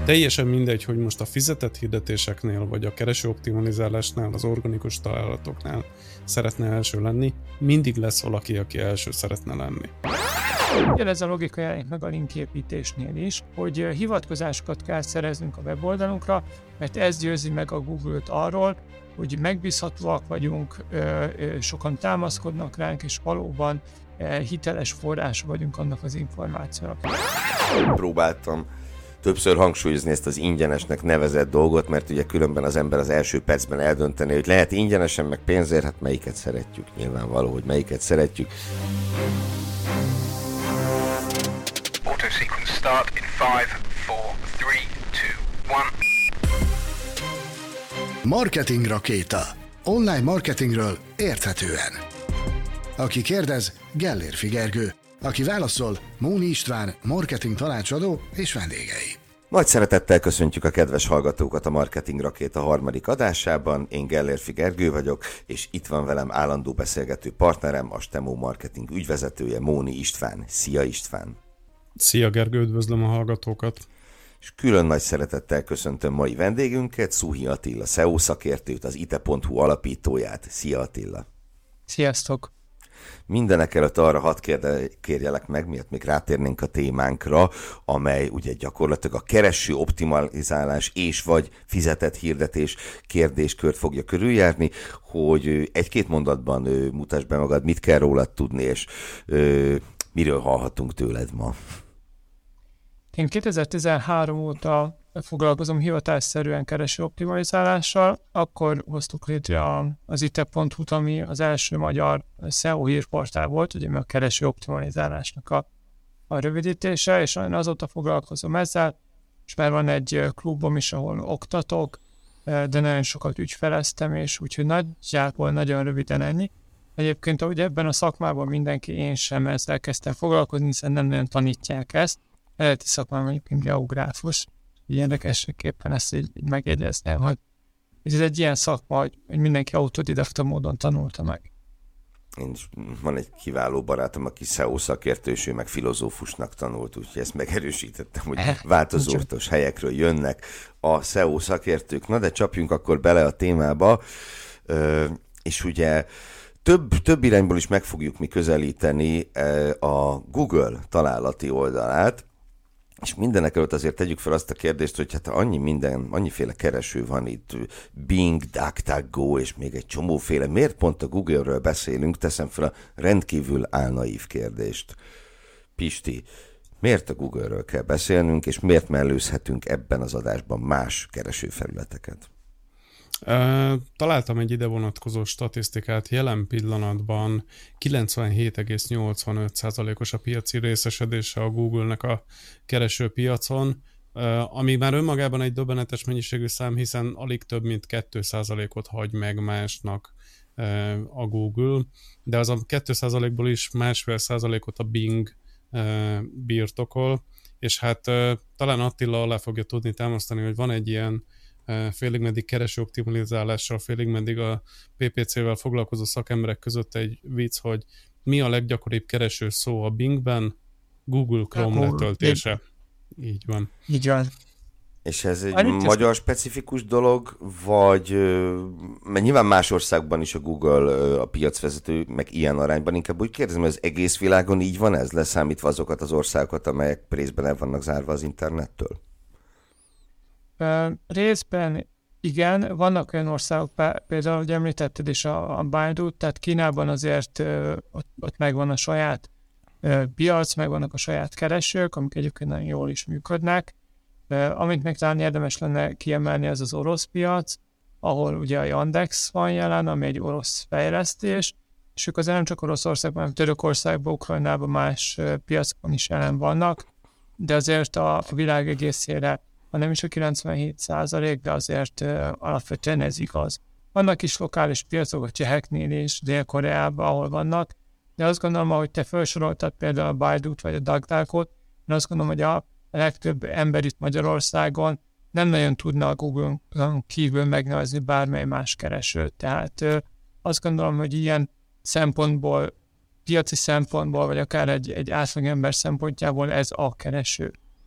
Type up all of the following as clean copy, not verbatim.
Teljesen mindegy, hogy most a fizetett hirdetéseknél, vagy a kereső optimalizálásnál, az organikus találatoknál szeretne első lenni, mindig lesz valaki, aki első szeretne lenni. Ugyanez a logika jelenik meg a linképítésnél is, hogy hivatkozásokat kell szereznünk a weboldalunkra, mert ez győzi meg a Google-t arról, hogy megbízhatóak vagyunk, sokan támaszkodnak ránk, és valóban hiteles forrás vagyunk annak az információnak. Próbáltam többször hangsúlyozni ezt az ingyenesnek nevezett dolgot, mert ugye különben az ember az első percben eldönteni, hogy lehet ingyenesen, meg pénzért, hát melyiket szeretjük. Nyilvánvaló, hogy melyiket szeretjük. Auto sequence start in 5, 4, 3, 2, 1. Marketing rakéta. Online marketingről érthetően. Aki kérdez, Gellérfi Gergő. Aki válaszol, Móni István, marketing tanácsadó és vendégei. Nagy szeretettel köszöntjük a kedves hallgatókat a Marketing Rakéta harmadik adásában. Én Gellérfi Gergő vagyok, és itt van velem állandó beszélgető partnerem, a Stemmo Marketing ügyvezetője, Móni István. Szia István! Szia Gergő, üdvözlöm a hallgatókat! És külön nagy szeretettel köszöntöm mai vendégünket, Szuhi Attila SEO szakértőt, az ite.hu alapítóját. Szia Attila! Sziasztok! Mindenekelőtt arra hadd kérjelek meg, miatt még rátérnénk a témánkra, amely ugye gyakorlatilag a kereső optimalizálás és vagy fizetett hirdetés kérdéskört fogja körüljárni, hogy egy-két mondatban mutasd be magad, mit kell rólad tudni, és miről hallhatunk tőled ma. Én 2013 óta foglalkozom hivatásszerűen kereső optimalizálással, akkor hoztuk létre az ite.hu-t, ami az első magyar SEO hírportál volt, ugye a kereső optimalizálásnak a rövidítése, és én azóta foglalkozom ezzel, és már van egy klubom is, ahol oktatok, de nagyon sokat ügyfeleztem, és úgyhogy nagyjából nagyon röviden ennyi. Egyébként ugye ebben a szakmában mindenki, én sem ezzel kezdtem foglalkozni, hiszen nem nagyon tanítják ezt. Eredeti szakmám egyébként geográfus, így érdekességképpen ezt így megjegyezném, hogy ez egy ilyen szakma, hogy mindenki autodidakta módon tanulta meg. Van egy kiváló barátom, aki SEO szakértő, és ő meg filozófusnak tanult, úgyhogy ezt megerősítettem, hogy változós helyekről jönnek a SEO szakértők. Na de csapjunk akkor bele a témába, és ugye több irányból is meg fogjuk mi közelíteni a Google találati oldalát, és mindenekelőtt azért tegyük fel azt a kérdést, hogy hát annyiféle kereső van itt, Bing, DuckDuckGo és még egy csomóféle. Miért pont a Google-ről beszélünk? Teszem fel a rendkívül álnaív kérdést. Pisti, miért a Google-ről kell beszélnünk, és miért mellőzhetünk ebben az adásban más keresőfelületeket? Találtam egy ide vonatkozó statisztikát, jelen pillanatban 97,85%-os a piaci részesedése a Google-nek a keresőpiacon, ami már önmagában egy döbbenetes mennyiségű szám, hiszen alig több mint 2%-ot hagy meg másnak a Google, de az a 2%-ból is 1,5%-ot a Bing birtokol, és hát talán Attila alá fogja tudni támasztani, hogy van egy ilyen félig meddig kereső optimalizálással, félig meddig a PPC-vel foglalkozó szakemberek között egy vicc, hogy mi a leggyakoribb kereső szó a Bingben? Google Chrome letöltése. Így van. Így van. És ez egy magyar specifikus dolog, vagy mert nyilván más országban is a Google a piacvezető, meg ilyen arányban, inkább úgy kérdezem, hogy az egész világon így van ez, leszámítva azokat az országokat, amelyek részben el vannak zárva az internettől? Részben igen, vannak olyan országok, például, hogy említetted is a Baidu, tehát Kínában azért ott megvan a saját piac, megvannak a saját keresők, amik egyébként nagyon jól is működnek. Amit még talán érdemes lenne kiemelni, az az orosz piac, ahol ugye a Yandex van jelen, ami egy orosz fejlesztés, és ők azért nem csak Oroszországban, hanem Törökországban, Ukrajnában, más piacokon is jelen vannak, de azért a világ egészére, ha nem is a 97%, de azért alapvetően ez igaz. Vannak is lokális piacok, a cseheknél és Dél-Koreában, ahol vannak, de azt gondolom, ahogy te felsoroltad például a Baidu-t vagy a DuckDuckot, én azt gondolom, hogy a legtöbb ember itt Magyarországon nem nagyon tudna a Google-on kívül megnevezni bármely más keresőt. Tehát azt gondolom, hogy ilyen szempontból, piaci szempontból, vagy akár egy átlagember szempontjából ez a kereső.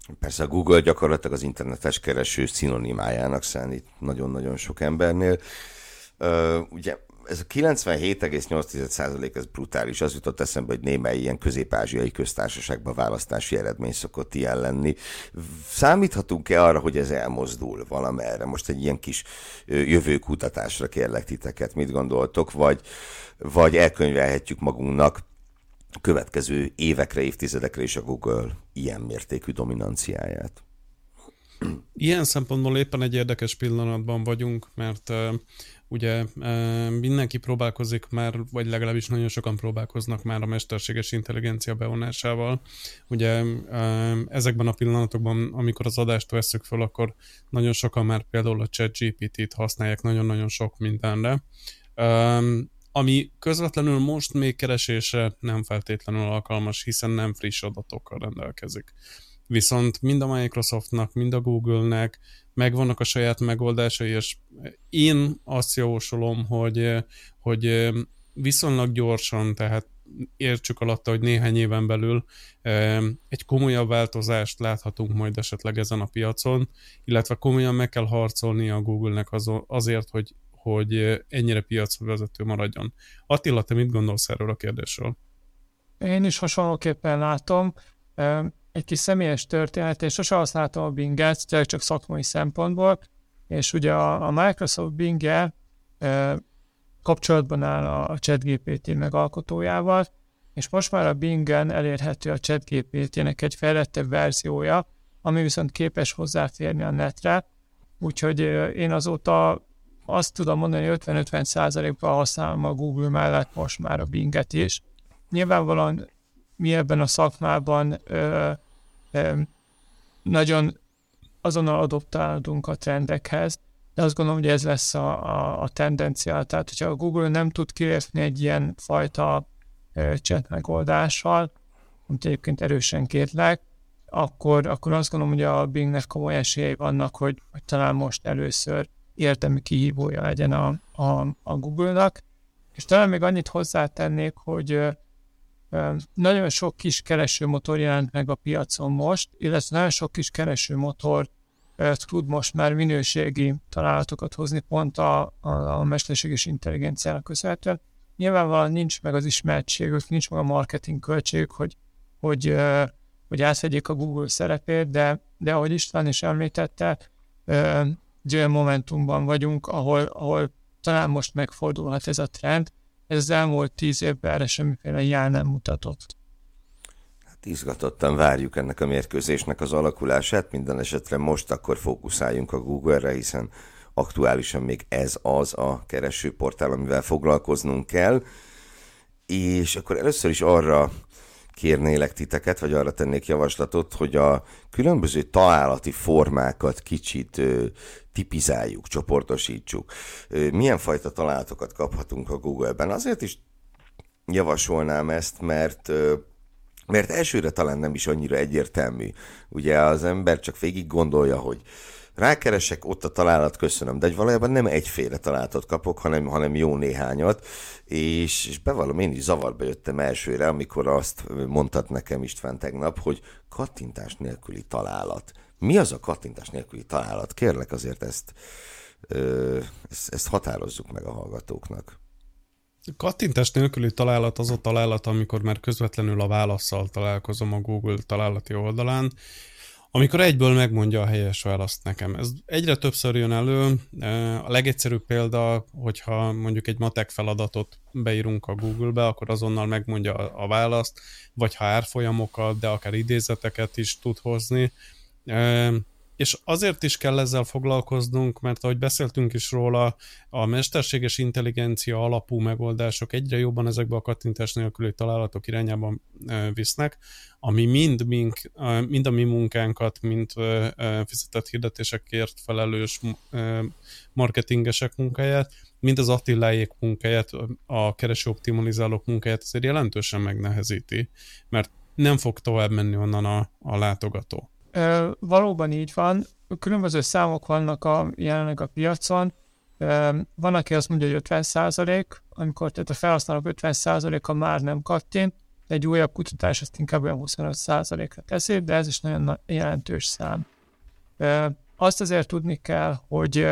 Persze a Google gyakorlatilag az internetes kereső szinonimájának számít nagyon-nagyon sok embernél. Ugye ez a 97,8% ez brutális. Az jutott eszembe, hogy némely ilyen közép-ázsiai köztársaságban választási eredmény szokott ilyen lenni. Számíthatunk-e arra, hogy ez elmozdul valamerre? Most egy ilyen kis jövőkutatásra kérlek titeket. Mit gondoltok? Vagy elkönyvelhetjük magunknak a következő évekre, évtizedekre is a Google ilyen mértékű dominanciáját? Ilyen szempontból éppen egy érdekes pillanatban vagyunk, mert ugye mindenki próbálkozik már, vagy legalábbis nagyon sokan próbálkoznak már a mesterséges intelligencia bevonásával. Ugye ezekben a pillanatokban, amikor az adást vesszük föl, akkor nagyon sokan már például a ChatGPT-t használják nagyon-nagyon sok mindenre. Ami közvetlenül most még keresésre nem feltétlenül alkalmas, hiszen nem friss adatokkal rendelkezik. Viszont mind a Microsoftnak, mind a Google-nek megvannak a saját megoldásai, és én azt javasolom, hogy viszonylag gyorsan, tehát értsük alatta, hogy néhány éven belül egy komolyabb változást láthatunk majd esetleg ezen a piacon, illetve komolyan meg kell harcolni a Google-nek azért, hogy ennyire piacvezető maradjon. Attila, te mit gondolsz erről a kérdésről? Én is hasonlóképpen látom. Egy kis személyes történet, és sose használtam a Binget, csak szakmai szempontból, és ugye a Microsoft Bing-gel kapcsolatban áll a ChatGPT megalkotójával, és most már a Bingen elérhető a ChatGPT-nek egy fejlettebb verziója, ami viszont képes hozzáférni a netre, úgyhogy én azóta azt tudom mondani, hogy 50-50%-ban használom a Google mellett most már a Binget is. Nyilvánvalóan mi ebben a szakmában nagyon azonnal adoptálódunk a trendekhez, de azt gondolom, hogy ez lesz a tendencia. Tehát, hogyha a Google nem tud kilépni egy ilyen fajta chat megoldással, amit egyébként erősen kétlek, akkor azt gondolom, hogy a Bingnek komoly esélyei vannak, hogy talán most először érdemi kihívója legyen a Google-nak. És talán még annyit hozzátennék, hogy nagyon sok kis keresőmotor jelent meg a piacon most, illetve nagyon sok kis keresőmotor tud most már minőségi találatokat hozni pont a mesterséges intelligenciának köszönhetően. Nyilvánvalóan nincs meg az ismertségük, nincs meg a marketing költségük, hogy átvegyék a Google szerepét, de ahogy István is említette, egy olyan momentumban vagyunk, ahol talán most megfordulhat ez a trend. Ez az elmúlt 10 évben erre semmiféle jel nem mutatott. Hát izgatottan várjuk ennek a mérkőzésnek az alakulását, minden esetre most akkor fókuszáljunk a Google-re, hiszen aktuálisan még ez az a keresőportál, amivel foglalkoznunk kell, és akkor először is arra kérnélek titeket, vagy arra tennék javaslatot, hogy a különböző találati formákat kicsit tipizáljuk, csoportosítsuk. Milyen fajta találatokat kaphatunk a Google-ben? Azért is javasolnám ezt, mert elsőre talán nem is annyira egyértelmű. Ugye az ember csak végig gondolja, hogy rákeresek, ott a találat, köszönöm, de valójában nem egyféle találatot kapok, hanem jó néhányat, és bevallom, én is zavarba jöttem elsőre, amikor azt mondtad nekem István tegnap, hogy kattintás nélküli találat. Mi az a kattintás nélküli találat? Kérlek azért ezt határozzuk meg a hallgatóknak. Kattintás nélküli találat az a találat, amikor már közvetlenül a válasszal találkozom a Google találati oldalán, amikor egyből megmondja a helyes választ nekem. Ez egyre többször jön elő. A legegyszerűbb példa, hogyha mondjuk egy matek feladatot beírunk a Google-be, akkor azonnal megmondja a választ, vagy ha árfolyamokat, de akár idézeteket is tud hozni. És azért is kell ezzel foglalkoznunk, mert ahogy beszéltünk is róla, a mesterséges intelligencia alapú megoldások egyre jobban ezekbe a kattintás nélküli találatok irányában visznek, ami mind a mi munkánkat, mind fizetett hirdetésekért felelős marketingesek munkáját, mind az Attiláék munkáját, a keresőoptimalizálók munkáját azért jelentősen megnehezíti, mert nem fog tovább menni onnan a látogató. Valóban így van. Különböző számok vannak jelenleg a piacon. Van, aki azt mondja, hogy 50%, amikor tehát a felhasználók 50%-a már nem kattint. egy újabb kutatás ezt inkább olyan 25%-ra teszi, de ez is nagyon jelentős szám. Azt azért tudni kell, hogy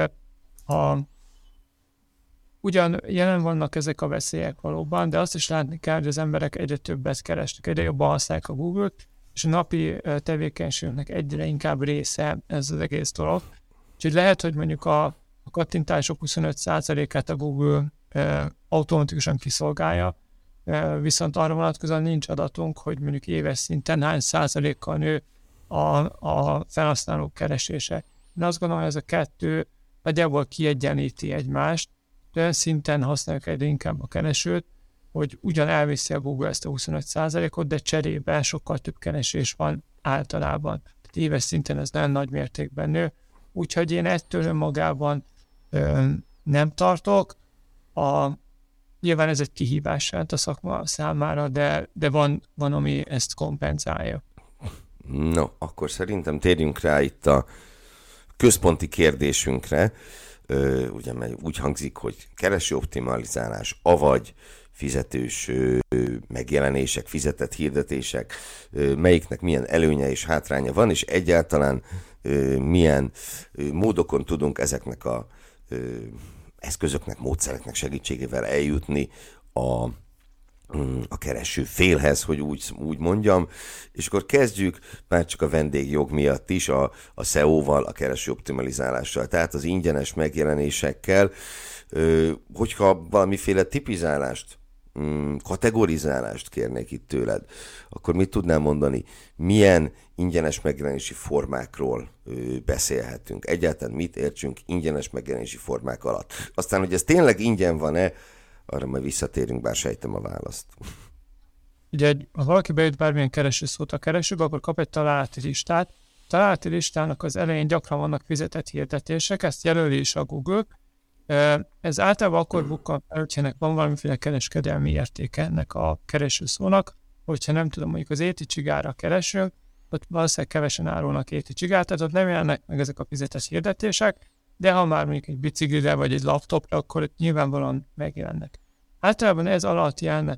ugyan jelen vannak ezek a veszélyek valóban, de azt is látni kell, hogy az emberek egyre többet keresnek, egyre jobban használják a Google-t, és a napi tevékenységnek egyre inkább része ez az egész dolog. Úgyhogy lehet, hogy mondjuk a kattintások 25%-át a Google automatikusan kiszolgálja, viszont arra vonatkozóan nincs adatunk, hogy mondjuk éves szinten hány százalékkal nő a felhasználók keresése. Én azt gondolom, hogy ez a kettő nagyjából kiegyenlíti egymást, de olyan szinten használjuk egyre inkább a keresőt, hogy ugyan elviszi a Google ezt a 25%-ot, de cserébe sokkal több keresés van általában. Tehát éves szinten ez nagyon nagy mértékben nő, úgyhogy én ettől önmagában nem tartok. Nyilván ez egy kihívás a szakma számára, de van, ami ezt kompenzálja. No, akkor szerintem térjünk rá itt a központi kérdésünkre. Ugye úgy hangzik, hogy keresőoptimalizálás, avagy fizetős megjelenések, fizetett hirdetések, melyiknek milyen előnye és hátránya van, és egyáltalán milyen módokon tudunk ezeknek a eszközöknek, módszereknek segítségével eljutni a kereső félhez, hogy úgy mondjam, és akkor kezdjük már csak a vendégjog miatt is a SEO-val, a kereső optimalizálással, tehát az ingyenes megjelenésekkel, hogyha valamiféle tipizálást, kategorizálást kérnék itt tőled, akkor mit tudnám mondani, milyen ingyenes megjelenési formákról beszélhetünk? Egyáltalán mit értsünk ingyenes megjelenési formák alatt? Aztán, hogy ez tényleg ingyen van-e, arra majd visszatérünk, bár sejtem a választ. Ugye, ha valaki beüt bármilyen keresőszót a keresőbe, akkor kap egy találati listát. A találati listának az elején gyakran vannak fizetett hirdetések, ezt jelöli is a Google. Ez általában akkor bukkan fel, hogyha ennek van valamiféle kereskedelmi értéke ennek a keresőszónak, hogyha nem tudom, mondjuk az éti csigára keresünk, ott valószínűleg kevesen árulnak éti csigát, tehát ott nem jelennek meg ezek a fizetett hirdetések, de ha már mondjuk egy biciklire vagy egy laptopra, akkor ott nyilvánvalóan megjelennek. Általában ez alatt jelenik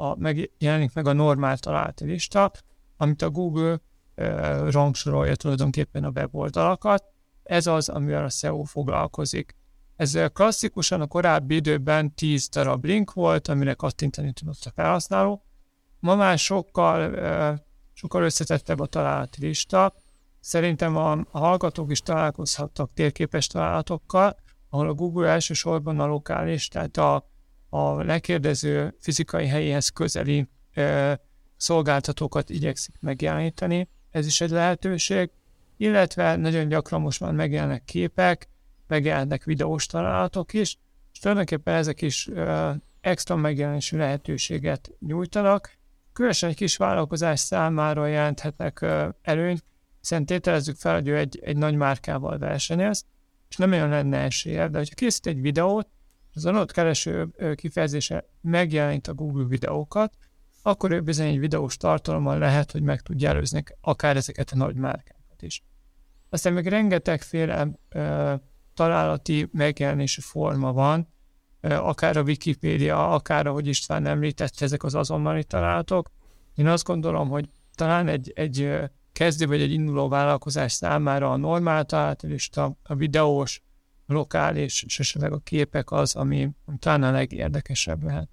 meg a normál találati lista, amit a Google rangsorolja tulajdonképpen a weboldalakat. Ez az, amivel a SEO foglalkozik. Ez klasszikusan a korábbi időben 10 darab link volt, amire kattintani tudott a felhasználó. Ma már sokkal összetettebb a találati lista. Szerintem a hallgatók is találkozhattak térképes találatokkal, ahol a Google elsősorban a lokális, tehát a lekérdező fizikai helyéhez közeli szolgáltatókat igyekszik megjeleníteni. Ez is egy lehetőség, illetve nagyon gyakran most már megjelennek képek, megjelennek videós találatok is, és tulajdonképpen ezek is extra megjelenési lehetőséget nyújtanak. Különösen egy kis vállalkozás számára jelenthetnek előnyt, hiszen tételezzük fel, hogy ő egy nagy márkával versenyez, és nem olyan lenne esélye, de hogyha készít egy videót, az adott kereső kifejezése megjelenít a Google videókat, akkor ő bizony egy videós tartalommal lehet, hogy meg tudja előzni akár ezeket a nagy márkákat is. Aztán még rengetegféle találati megjelenési forma van, akár a Wikipédia, akár ahogy István említette, ezek az azonnali találatok. Én azt gondolom, hogy talán egy kezdő vagy egy induló vállalkozás számára a normál találatlista, a videós, a lokális, és esetleg a képek az, ami talán a legérdekesebb lehet.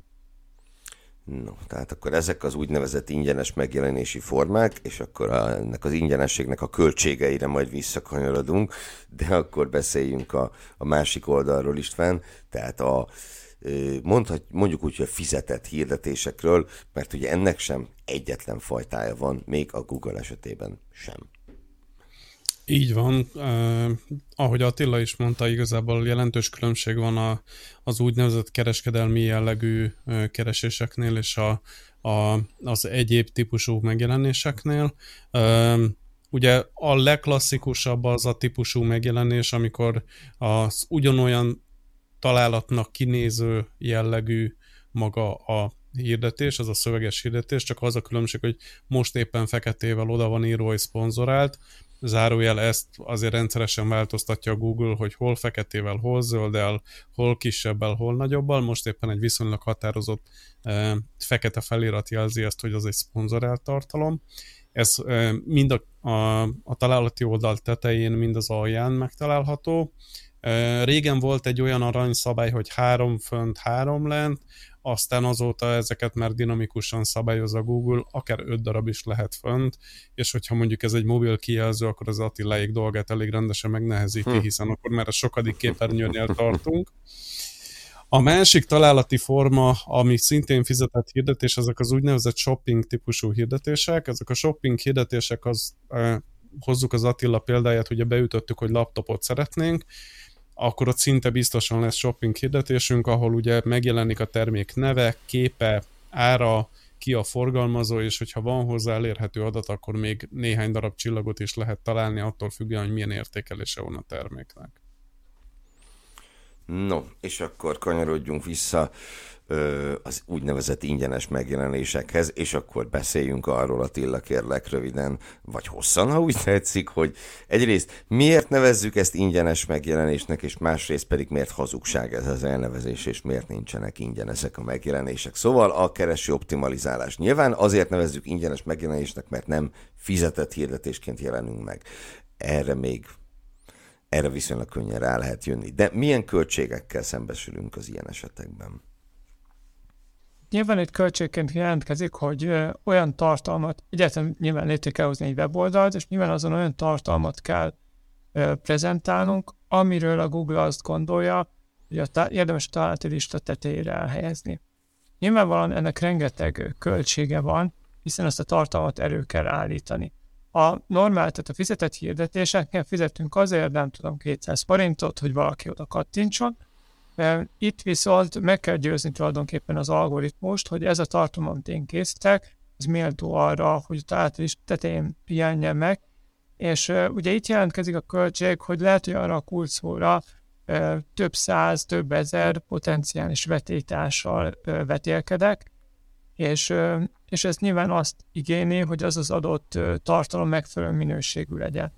No, tehát akkor ezek az úgynevezett ingyenes megjelenési formák, és akkor ennek az ingyenességnek a költségeire majd visszakanyarodunk, de akkor beszéljünk a másik oldalról, István, tehát mondjuk úgy, hogy a fizetett hirdetésekről, mert ugye ennek sem egyetlen fajtája van, még a Google esetében sem. Így van. Ahogy Attila is mondta, igazából jelentős különbség van az úgynevezett kereskedelmi jellegű kereséseknél és az egyéb típusú megjelenéseknél. Ugye a legklasszikusabb az a típusú megjelenés, amikor az ugyanolyan találatnak kinéző jellegű maga a hirdetés, az a szöveges hirdetés, csak az a különbség, hogy most éppen feketével oda van írva, hogy szponzorált, zárójel, ezt azért rendszeresen változtatja a Google, hogy hol feketével, hol zölddel, hol kisebbel, hol nagyobbal. Most éppen egy viszonylag határozott fekete felirat jelzi ezt, hogy az egy szponzorált tartalom. Ez mind a találati oldal tetején, mind az alján megtalálható. Régen volt egy olyan aranyszabály, hogy 3 fönt, 3 lent, aztán azóta ezeket már dinamikusan szabályozza Google, akár 5 darab is lehet fönt, és hogyha mondjuk ez egy mobil kijelző, akkor az Attiláék dolgát elég rendesen megnehezíti, hiszen akkor már a sokadik képernyőnél tartunk. A másik találati forma, ami szintén fizetett hirdetés, ezek az úgynevezett shopping típusú hirdetések. Ezek a shopping hirdetések, hozzuk az Attila példáját, ugye beütöttük, hogy laptopot szeretnénk, akkor ott szinte biztosan lesz shopping hirdetésünk, ahol ugye megjelenik a termék neve, képe, ára, ki a forgalmazó, és hogyha van hozzá elérhető adat, akkor még néhány darab csillagot is lehet találni, attól függően, hogy milyen értékelése van a terméknek. No, és akkor kanyarodjunk vissza az úgynevezett ingyenes megjelenésekhez, és akkor beszéljünk arról, Attila, kérlek röviden, vagy hosszan, ha úgy tetszik, hogy egyrészt miért nevezzük ezt ingyenes megjelenésnek, és másrészt pedig miért hazugság ez az elnevezés, és miért nincsenek ingyen ezek a megjelenések. Szóval a kereső optimalizálás. Nyilván azért nevezzük ingyenes megjelenésnek, mert nem fizetett hirdetésként jelenünk meg. Erre viszonylag könnyen rá lehet jönni. De milyen költségekkel szembesülünk az ilyen esetekben? Nyilván egy költségként jelentkezik, hogy olyan tartalmat, egyáltalán nyilván létre kell hozni egy weboldalt, és nyilván azon olyan tartalmat kell prezentálnunk, amiről a Google azt gondolja, hogy érdemes a találati lista tetejére elhelyezni. Nyilvánvalóan ennek rengeteg költsége van, hiszen ezt a tartalmat elő kell állítani. A normál, tehát a fizetett hirdetéseknél fizetünk azért, nem tudom, 200 forintot, hogy valaki oda kattintson. Itt viszont meg kell győzni tulajdonképpen az algoritmust, hogy ez a tartalom, amit én készítek, ez méltó arra, hogy a találati lista tetején jelenjen meg, és ugye itt jelentkezik a költség, hogy lehet, hogy arra a kulcsszóra több száz, több ezer potenciális vetélytársal vetélkedek, és ez nyilván azt igényli, hogy az az adott tartalom megfelelő minőségű legyen.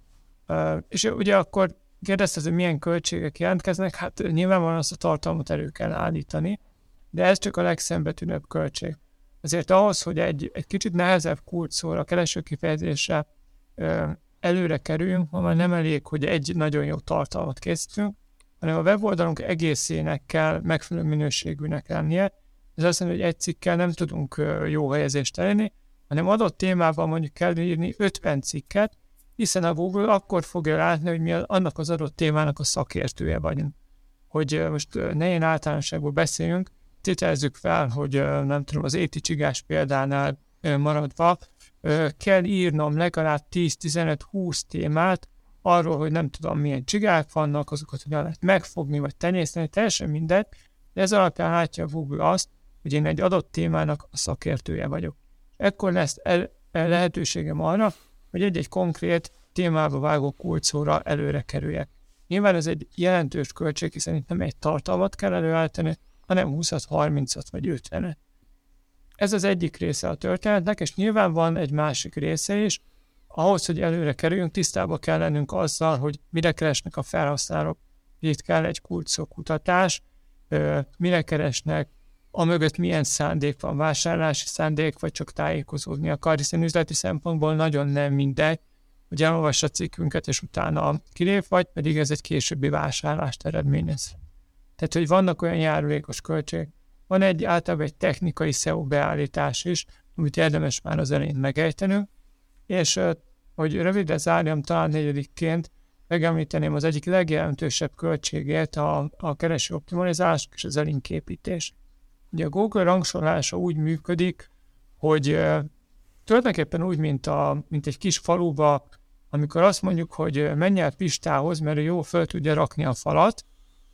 És ugye akkor kérdezted, hogy milyen költségek jelentkeznek, hát nyilvánvalóan azt a tartalmat elő kell állítani, de ez csak a legszembetűnőbb költség. Ezért ahhoz, hogy egy kicsit nehezebb kulcsszóra, keresőkifejezésre előre kerüljünk, ma már nem elég, hogy egy nagyon jó tartalmat készítünk, hanem a weboldalunk egészének kell megfelelő minőségűnek lennie. Ez azt mondja, hogy egy cikkkel nem tudunk jó helyezést elérni, hanem adott témában mondjuk kell írni 50 cikket, hiszen a Google akkor fogja látni, hogy mi annak az adott témának a szakértője vagyunk. Hogy most ne ilyen általánosságból beszéljünk, tételezzük fel, hogy nem tudom, az éti csigás példánál maradva, kell írnom legalább 10-15-20 témát arról, hogy nem tudom, milyen csigák vannak, azokat hogyan lehet megfogni, vagy tenyészteni, teljesen mindegy, de ez alapján látja a Google azt, hogy én egy adott témának a szakértője vagyok. Ekkor lesz lehetőségem arra, hogy egy-egy konkrét témába vágó kulcsszóra előre kerüljek. Nyilván ez egy jelentős költség, hiszen itt nem egy tartalmat kell előállítani, hanem 20-30 vagy 50-et. Ez az egyik része a történetnek, és nyilván van egy másik része is. Ahhoz, hogy előre kerüljünk, tisztába kell lennünk azzal, hogy mire keresnek a felhasználók. Itt kell egy kulcsszókutatás, mire keresnek, amögött milyen szándék van, vásárlási szándék, vagy csak tájékozódni akar, hiszen üzleti szempontból nagyon nem mindegy, hogy elolvass a cikkünket, és utána kilép, vagy pedig ez egy későbbi vásárlást eredményez. Tehát, hogy vannak olyan járulékos költségek. Van általában egy technikai SEO beállítás is, amit érdemes már az elején megejtenünk, és hogy rövidre zárjam, talán negyedikként megemlíteném az egyik legjelentősebb költségét a kereső optimalizálás és az elinképítés. Ugye a Google rangsolása úgy működik, hogy tulajdonképpen úgy, mint egy kis faluba, amikor azt mondjuk, hogy menj el Pistához, mert ő jól föl tudja rakni a falat,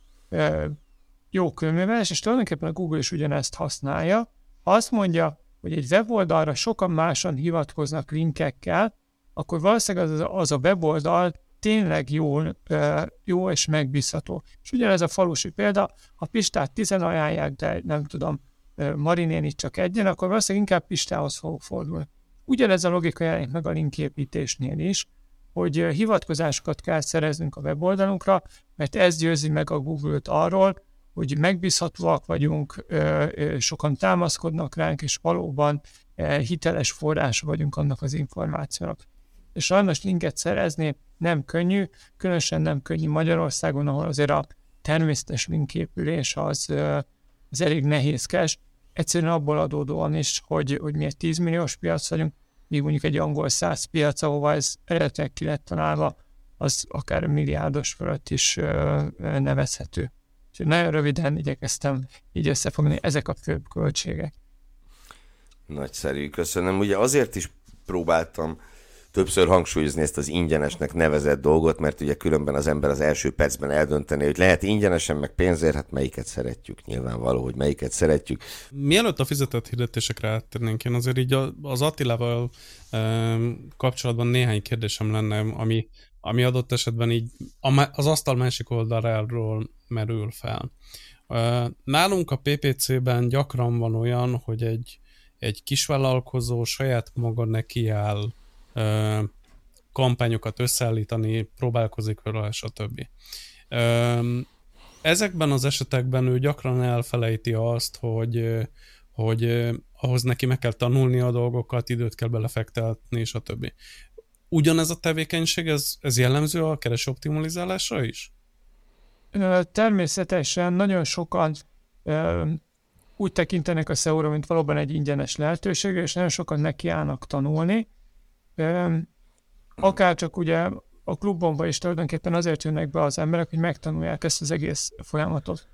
jó kőműveles, és tulajdonképpen a Google is ugyanezt használja. Ha azt mondja, hogy egy weboldalra sokan máson hivatkoznak linkekkel, akkor valószínűleg az a weboldal tényleg jó és megbízható. És ugyanez a falusi példa, ha Pistát 10 ajánlják, de nem tudom, Marinénit csak egyen, akkor valószínűleg inkább Pistához fog fordulni. Ugyanez a logika jelenik meg a linképítésnél is, hogy hivatkozásokat kell szereznünk a weboldalunkra, mert ez győzi meg a Google-t arról, hogy megbízhatóak vagyunk, sokan támaszkodnak ránk, és valóban hiteles forrása vagyunk annak az információnak. És sajnos linket szerezni nem könnyű, különösen nem könnyű Magyarországon, ahol azért a természetes linképülés az elég nehézkes. Egyszerűen abból adódóan is, hogy mi egy 10 milliós piac vagyunk, míg mondjuk egy angol 100 piac, ahova ez eredetileg ki lett találva, az akár milliárdos fölött is nevezhető. Úgyhogy nagyon röviden igyekeztem így összefogni, ezek a főbb költségek. Nagyszerű, köszönöm. Ugye azért is próbáltam többször hangsúlyozni ezt az ingyenesnek nevezett dolgot, mert ugye különben az ember az első percben eldönteni, hogy lehet ingyenesen, meg pénzért, hát melyiket szeretjük, nyilvánvaló, hogy melyiket szeretjük. Mielőtt a fizetett hirdetésekre áttérnénk, én azért így az Attilával kapcsolatban néhány kérdésem lenne, ami adott esetben így az asztal másik oldaláról merül fel. Nálunk a PPC-ben gyakran van olyan, hogy egy kisvállalkozó saját maga nekiáll kampányokat összeállítani, próbálkozik vele, stb. Ezekben az esetekben ő gyakran elfelejti azt, hogy ahhoz neki meg kell tanulni a dolgokat, időt kell belefektetni, stb. Ugyanez a tevékenység, ez jellemző a kereső optimalizálásra is? Természetesen nagyon sokan úgy tekintenek a SEO-ra, mint valóban egy ingyenes lehetőség, és nagyon sokan nekiállnak tanulni. Akár csak ugye a klubomban is tulajdonképpen azért jönnek be az emberek, hogy megtanulják ezt az egész folyamatot.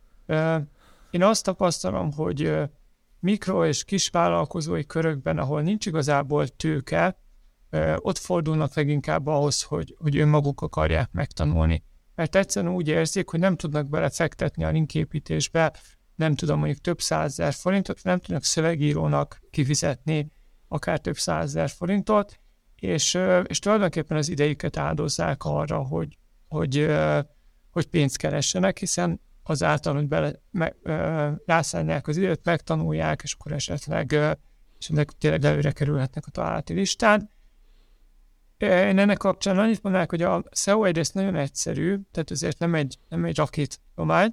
Én azt tapasztalom, hogy mikro- és kisvállalkozói körökben, ahol nincs igazából tőke, ott fordulnak leginkább ahhoz, hogy önmaguk akarják megtanulni. Mert egyszerűen úgy érzik, hogy nem tudnak belefektetni a linképítésbe, nem tudom, mondjuk több 100 000 forintot, nem tudnak szövegírónak kifizetni akár több 100 000 forintot, és tulajdonképpen az idejüket áldozzák arra, hogy pénzt keressenek, hiszen azáltal, hogy rászállják az időt, megtanulják, és akkor esetleg tényleg előre kerülhetnek a találati listán. Én ennek kapcsán annyit mondanák, hogy a SEO egyrészt nagyon egyszerű, tehát azért nem egy rakéttudomány,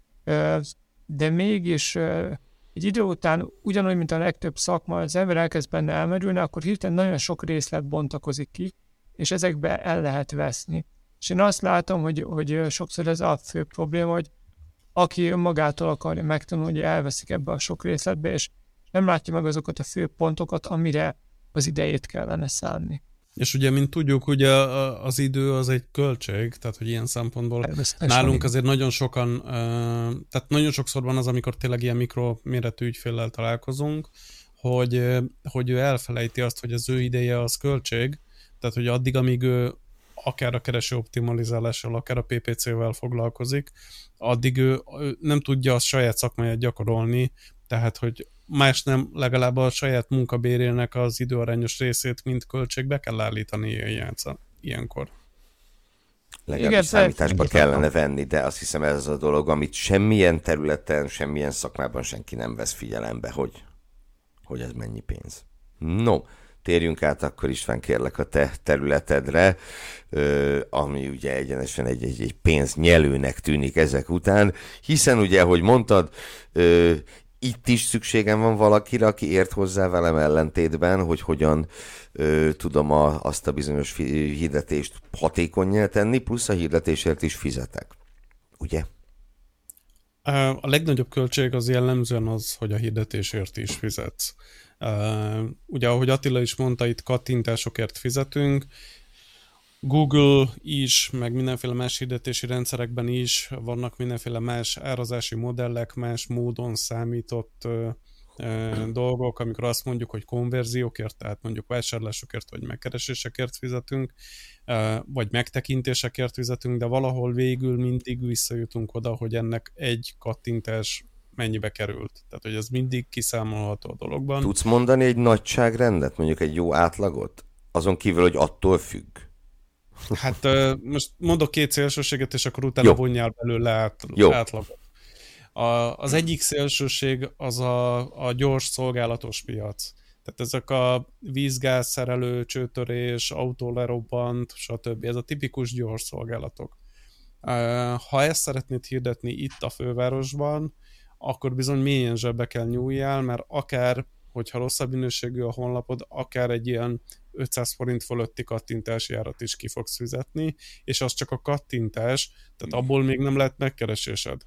de mégis egy idő után ugyanúgy, mint a legtöbb szakma, az ember elkezd benne elmerülni, akkor hirtelen nagyon sok részlet bontakozik ki, és ezekbe el lehet veszni. És én azt látom, hogy sokszor ez a fő probléma, hogy aki önmagától akarja megtanulni, hogy elveszik ebbe a sok részletbe, és nem látja meg azokat a fő pontokat, amire az idejét kellene szánni. És ugye, mint tudjuk, ugye az idő az egy költség, tehát hogy ilyen szempontból nálunk azért nagyon sokan, tehát nagyon sokszor van az, amikor tényleg ilyen mikroméretű ügyféllel találkozunk, hogy ő elfelejti azt, hogy az ő ideje az költség, tehát hogy addig, amíg ő akár a kereső optimalizálással, akár a PPC-vel foglalkozik, addig ő nem tudja a saját szakmáját gyakorolni, tehát hogy más nem, legalább a saját munkabérének az időarányos részét, mint költségbe kell állítani ilyenkor. Legalábbis számításba kellene venni, de azt hiszem ez az a dolog, amit semmilyen területen, semmilyen szakmában senki nem vesz figyelembe, hogy ez mennyi pénz. No, térjünk át akkor István, kérlek a te területedre, ami ugye egyenesen egy pénznyelőnek tűnik ezek után, hiszen ugye, ahogy mondtad, itt is szükségem van valakire, aki ért hozzá velem ellentétben, hogy hogyan tudom azt a bizonyos hirdetést hatékonnyá tenni, plusz a hirdetésért is fizetek. Ugye? A legnagyobb költség az jellemzően az, hogy a hirdetésért is fizetsz. Ugye, ahogy Attila is mondta, itt kattintásokért fizetünk, Google is, meg mindenféle más hirdetési rendszerekben is vannak mindenféle más árazási modellek, más módon számított dolgok, amikor azt mondjuk, hogy konverziókért, tehát mondjuk vásárlásokért, vagy megkeresésekért fizetünk, vagy megtekintésekért fizetünk, de valahol végül mindig visszajutunk oda, hogy ennek egy kattintás mennyibe került. Tehát, hogy ez mindig kiszámolható a dologban. Tudsz mondani egy nagyságrendet, mondjuk egy jó átlagot? Azon kívül, hogy attól függ. Hát most mondok két szélsőséget, és akkor utána vonjál belőle átlagot. Az egyik szélsőség az a gyors szolgálatos piac. Tehát ezek a vízgázszerelő, csőtörés, autó lerobbant, stb. Ez a tipikus gyors szolgálatok. Ha ezt szeretnéd hirdetni itt a fővárosban, akkor bizony mélyen zsebbe kell nyúljál, mert akár, hogyha rosszabb minőségű a honlapod, akár egy ilyen 500 forint fölötti kattintási árat is ki fogsz fizetni, és az csak a kattintás, tehát abból még nem lehet megkeresésed.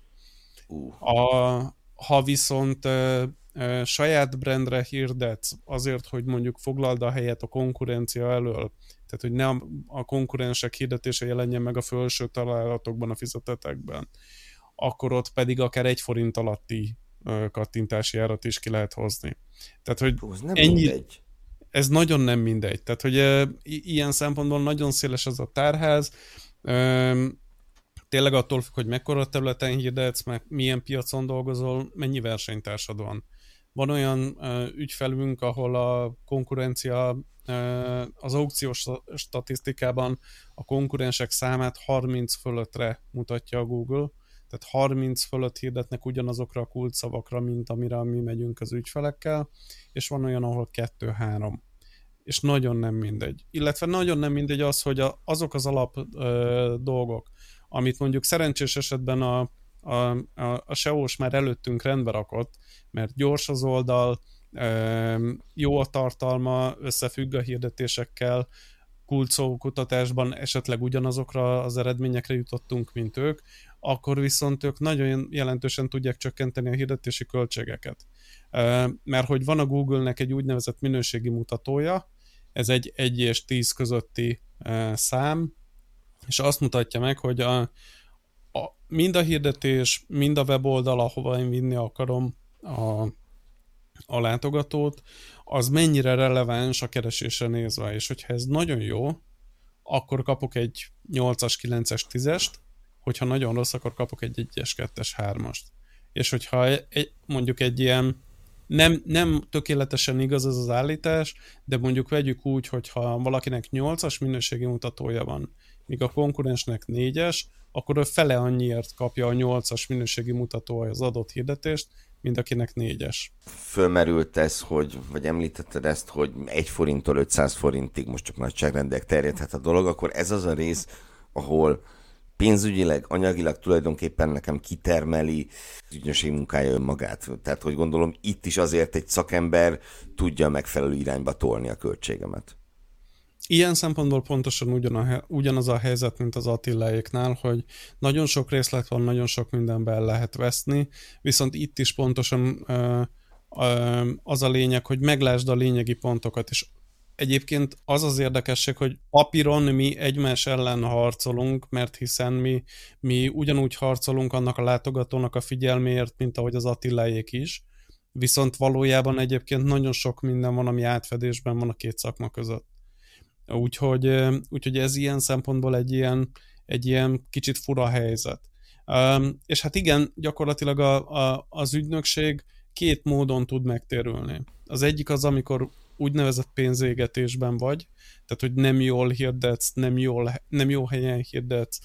Ha viszont saját brandre hirdetsz azért, hogy mondjuk foglald a helyet a konkurencia elől, tehát hogy ne a konkurensek hirdetése jelenjen meg a felső találatokban, a fizetetekben, akkor ott pedig akár 1 forint alatti kattintási árat is ki lehet hozni. Tehát, hogy ez nagyon nem mindegy. Tehát, hogy ilyen szempontból nagyon széles ez a tárház, tényleg attól függ, hogy mekkora területen hirdetsz, meg milyen piacon dolgozol, mennyi versenytársad van. Van olyan ügyfelünk, ahol a konkurencia az aukciós statisztikában a konkurensek számát 30 fölöttre mutatja a Google, tehát 30 fölött hirdetnek ugyanazokra a kulcsszavakra, mint amire mi megyünk az ügyfelekkel, és van olyan, ahol 2-3. És nagyon nem mindegy. Illetve nagyon nem mindegy az, hogy azok az alap dolgok, amit mondjuk szerencsés esetben a SEO-s már előttünk rendbe rakott, mert gyors az oldal, jó a tartalma, összefügg a hirdetésekkel, kulcsszó kutatásban esetleg ugyanazokra az eredményekre jutottunk, mint ők, akkor viszont ők nagyon jelentősen tudják csökkenteni a hirdetési költségeket. Mert hogy van a Google-nek egy úgynevezett minőségi mutatója, ez egy 1 és 10 közötti szám, és azt mutatja meg, hogy mind a hirdetés, mind a weboldal, ahova én vinni akarom a látogatót, az mennyire releváns a keresésre nézve, és hogyha ez nagyon jó, akkor kapok egy 8-as, 9-es, 10-est, hogyha nagyon rossz, akkor kapok egy 1-es, 2-es, 3-ast. És hogyha mondjuk egy ilyen nem tökéletesen igaz ez az állítás, de mondjuk vegyük úgy, hogyha valakinek 8-as minőségi mutatója van, míg a konkurensnek 4-es, akkor ő fele annyiért kapja a 8-as minőségi mutatója az adott hirdetést, mint akinek 4-es. Fölmerült ez, vagy említetted ezt, hogy 1 forinttól 500 forintig, most csak nagyságrendek terjedhet a dolog, akkor ez az a rész, ahol pénzügyileg, anyagilag tulajdonképpen nekem kitermeli az ügynökség munkája önmagát. Tehát, hogy gondolom, itt is azért egy szakember tudja megfelelő irányba tolni a költségemet. Ilyen szempontból pontosan ugyanaz a helyzet, mint az Attiláéknál, hogy nagyon sok részlet van, nagyon sok mindenben lehet veszni, viszont itt is pontosan az a lényeg, hogy meglásd a lényegi pontokat, és egyébként az az érdekesség, hogy papíron mi egymás ellen harcolunk, mert hiszen mi ugyanúgy harcolunk annak a látogatónak a figyelméért, mint ahogy az Attiláék is, viszont valójában egyébként nagyon sok minden van, ami átfedésben van a két szakma között. Úgyhogy ez ilyen szempontból egy ilyen kicsit fura helyzet. És hát igen, gyakorlatilag az ügynökség 2 módon tud megtérülni. Az egyik az, amikor úgynevezett pénzégetésben vagy, tehát hogy nem jól hirdetsz, nem jó helyen hirdetsz,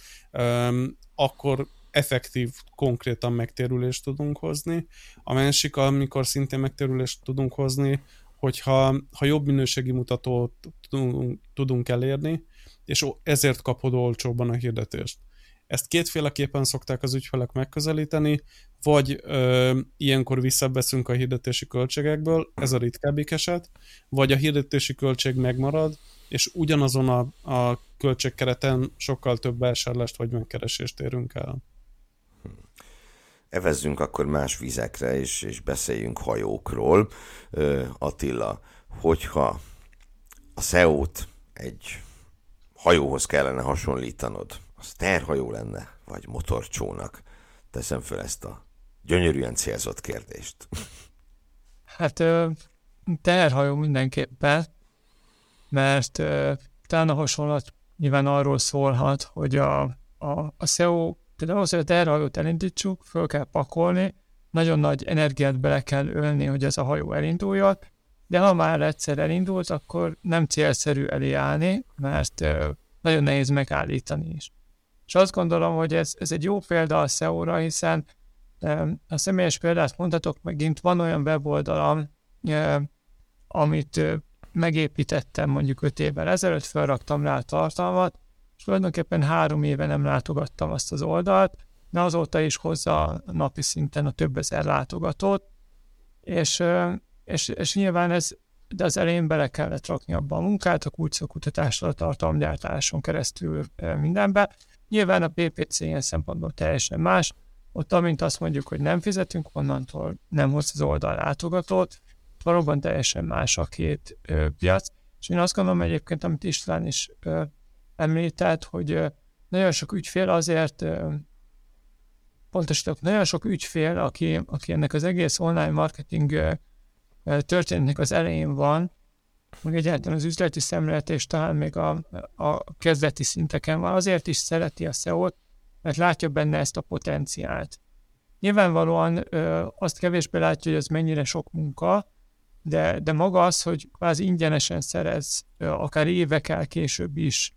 akkor effektív, konkrétan megtérülést tudunk hozni. A másik, amikor szintén megtérülést tudunk hozni, hogyha jobb minőségi mutatót tudunk elérni, és ezért kapod olcsóbban a hirdetést. Ezt kétféleképpen szokták az ügyfelek megközelíteni, vagy ilyenkor visszaveszünk a hirdetési költségekből, ez a ritkábbik eset, vagy a hirdetési költség megmarad, és ugyanazon a költségkereten sokkal több vásárlást vagy megkeresést érünk el. Evezzünk akkor más vizekre, és beszéljünk hajókról. Attila, hogyha a SEO-t egy hajóhoz kellene hasonlítanod, az terhajó lenne, vagy motorcsónak? Teszem föl ezt a gyönyörűen célzott kérdést. Hát terhajó mindenképpen, mert talán a hasonlat nyilván arról szólhat, hogy a SEO, tehát ahhoz, hogy a terhajót elindítsuk, föl kell pakolni, nagyon nagy energiát bele kell ölni, hogy ez a hajó elinduljon, de ha már egyszer elindult, akkor nem célszerű elé állni, mert nagyon nehéz megállítani is. És azt gondolom, hogy ez egy jó példa a SEO-ra, hiszen a személyes példát mondhatok, megint van olyan weboldalam, amit megépítettem mondjuk 5 évvel ezelőtt, felraktam rá a tartalmat, és tulajdonképpen 3 éve nem látogattam azt az oldalt, de azóta is hozza napi szinten a több ezer látogatót, és nyilván de az elején bele kellett rakni abba a munkát, a kutatásra, a tartalomgyártáson keresztül mindenbe. Nyilván a PPC ilyen szempontból teljesen más. Ott amint azt mondjuk, hogy nem fizetünk, onnantól nem hoz az oldal látogatót. Valóban teljesen más a két piac. És én azt gondolom egyébként, amit István is említett, hogy nagyon sok ügyfél azért, pontosítok, nagyon sok ügyfél, aki ennek az egész online marketing történetnek az elején van, meg egyáltalán az üzleti szemlélet és talán még a kezdeti szinteken van, azért is szereti a SEO-t, mert látja benne ezt a potenciált. Nyilvánvalóan azt kevésbé látja, hogy ez mennyire sok munka, de maga az, hogy kvázi ingyenesen szerez akár évekkel később is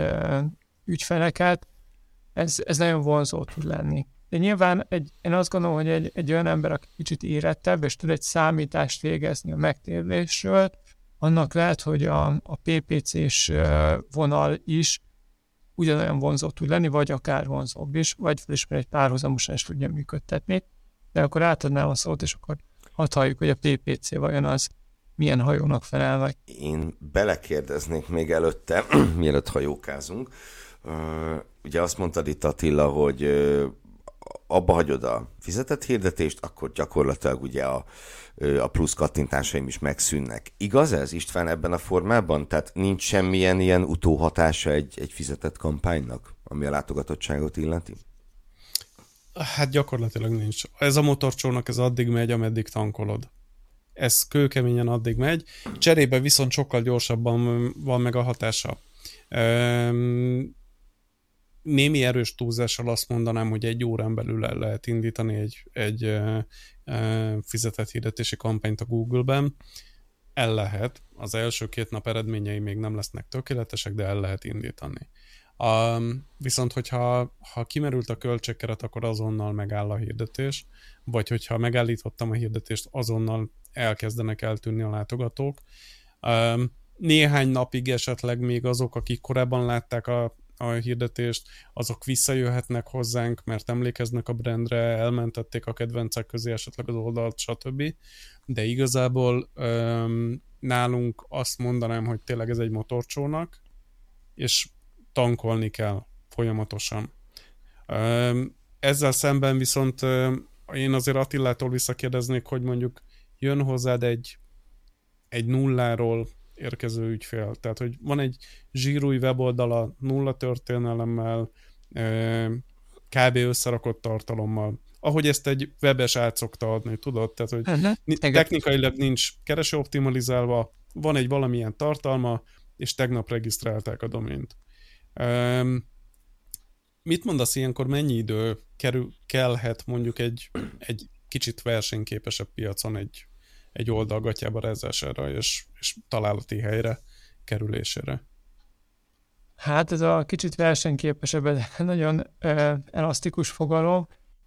ügyfeleket, ez nagyon vonzó tud lenni. De nyilván én azt gondolom, hogy egy olyan ember, aki kicsit érettebb, és tud egy számítást végezni a megtérülésről, annak lehet, hogy a PPC-s vonal is ugyanolyan vonzó tud lenni, vagy akár vonzóbb is, vagy felismer egy párhuzamosan is tudja működtetni. De akkor átadnám a szót, és akkor hadd halljuk, hogy a PPC vajon az milyen hajónak felel meg. Én belekérdeznék még előtte, mielőtt hajókázunk. Ugye azt mondtad itt, Attila, hogy abba hagyod a fizetett hirdetést, akkor gyakorlatilag ugye a plusz kattintásaim is megszűnnek. Igaz ez, István, ebben a formában? Tehát nincs semmilyen ilyen utóhatása egy fizetett kampánynak, ami a látogatottságot illeti? Hát gyakorlatilag nincs. Ez a motorcsónak, ez addig megy, ameddig tankolod. Ez kőkeményen addig megy, cserébe viszont sokkal gyorsabban van meg a hatása. Némi erős túlzással azt mondanám, hogy 1 órán belül el lehet indítani egy fizetett hirdetési kampányt a Google-ben. El lehet. Az első 2 nap eredményei még nem lesznek tökéletesek, de el lehet indítani. Viszont, hogyha kimerült a költségkeret, akkor azonnal megáll a hirdetés, vagy hogyha megállítottam a hirdetést, azonnal elkezdenek eltűnni a látogatók. Néhány napig esetleg még azok, akik korábban látták a hirdetést, azok visszajöhetnek hozzánk, mert emlékeznek a brandre, elmentették a kedvencek közé esetleg az oldalt, stb. De igazából nálunk azt mondanám, hogy tényleg ez egy motorcsónak, és tankolni kell folyamatosan. Ezzel szemben viszont én azért Attilától visszakérdeznék, hogy mondjuk jön hozzád egy nulláról érkező ügyfél. Tehát, hogy van egy zsírúj weboldala, 0 történelemmel, kb. Összerakott tartalommal. Ahogy ezt egy webes át szokta adni, tudod? Tehát, hogy technikailag nincs kereső optimalizálva, van egy valamilyen tartalma, és tegnap regisztrálták a domént. Mit mondasz ilyenkor, mennyi idő kellhet mondjuk egy kicsit versenyképesebb piacon egy oldal gatyába rázsására és találati helyre kerülésére? Hát ez a kicsit versenyképesebb, nagyon elasztikus fogalom.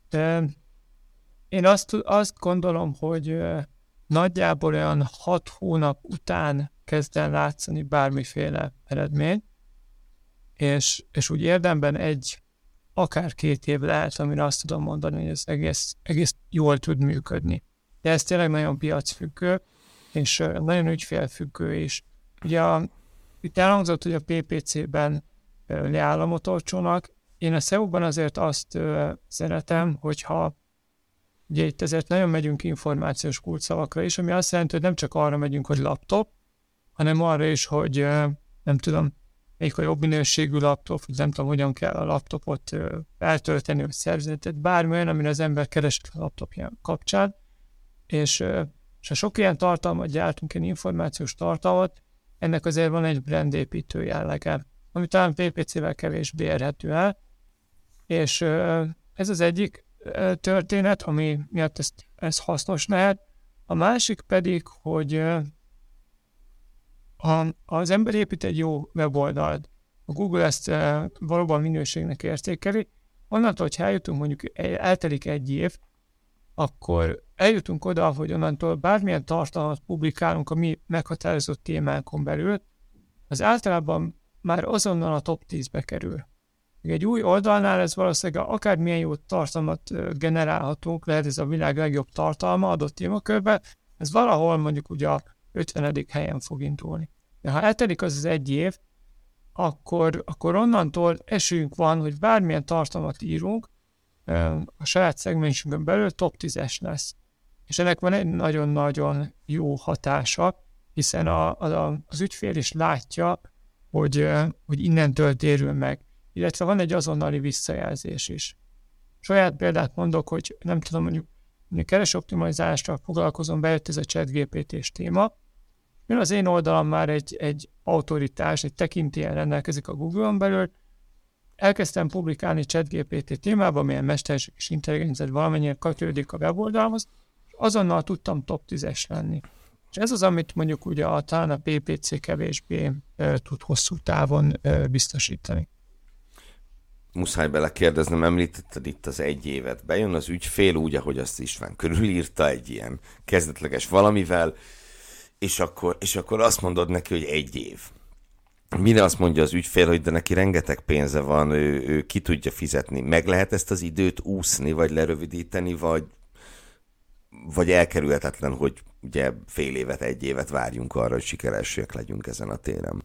Én azt gondolom, hogy nagyjából olyan 6 hónap után kezd el látszani bármiféle eredmény, és úgy érdemben akár 2 év lehet, amire azt tudom mondani, hogy ez egész jól tud működni. De ez tényleg nagyon piacfüggő, és nagyon ügyfélfüggő is. Ugye itt elhangzott, hogy a PPC-ben leáll a motorcsónak. Én a SEO-ban azért azt szeretem, hogyha ugye itt ezért nagyon megyünk információs kulcsszavakra is, ami azt jelenti, hogy nem csak arra megyünk, hogy laptop, hanem arra is, hogy nem tudom, melyik a jobb minőségű laptop, hogy nem tudom, hogyan kell a laptopot eltölteni, vagy szervezni, tehát bármi olyan, amire az ember keresett a laptopján kapcsán, és ha sok ilyen tartalmat gyártunk, ilyen információs tartalmat, ennek azért van egy brandépítő jellege, ami talán PPC-vel kevésbé érhető el, és ez az egyik történet, ami miatt ez hasznos lehet. A másik pedig, hogy ha az ember épít egy jó weboldalt, a Google ezt valóban minőségnek értékeli, onnantól, hogy eljutunk, mondjuk eltelik 1 év, akkor eljutunk oda, hogy onnantól bármilyen tartalmat publikálunk a mi meghatározott témánkon belül, az általában már azonnal a top 10-be kerül. Egy új oldalnál ez valószínűleg akármilyen jó tartalmat generálhatunk, lehet ez a világ legjobb tartalma adott témakörben, ez valahol mondjuk ugye a 50. helyen fog indulni. De ha eltelik az egy év, akkor onnantól esélyünk van, hogy bármilyen tartalmat írunk, a saját szegmensünkön belül top 10-es lesz. És ennek van egy nagyon-nagyon jó hatása, hiszen az ügyfél is látja, hogy innentől térül meg. Illetve van egy azonnali visszajelzés is. Saját példát mondok, hogy nem tudom, mondjuk keresőoptimalizálással foglalkozom, bejött ez a ChatGPT-s téma. Én az én oldalam már egy autoritás, egy tekintélyen rendelkezik a Google-on belül. Elkezdtem publikálni ChatGPT témában, milyen mesterséges intelligencia valamennyire kötődik a weboldalhoz, és azonnal tudtam top 10-es lenni. És ez az, amit mondjuk ugye talán a PPC kevésbé tud hosszú távon biztosítani. Muszáj belekérdeznem, említetted itt az egy évet. Bejön az ügyfél úgy, ahogy azt István körülírta egy ilyen kezdetleges valamivel, és akkor azt mondod neki, hogy egy év. Mire azt mondja az ügyfél, hogy de neki rengeteg pénze van, ő ki tudja fizetni. Meg lehet ezt az időt úszni, vagy lerövidíteni, vagy elkerülhetetlen, hogy ugye fél évet, egy évet várjunk arra, hogy sikeresek legyünk ezen a téren.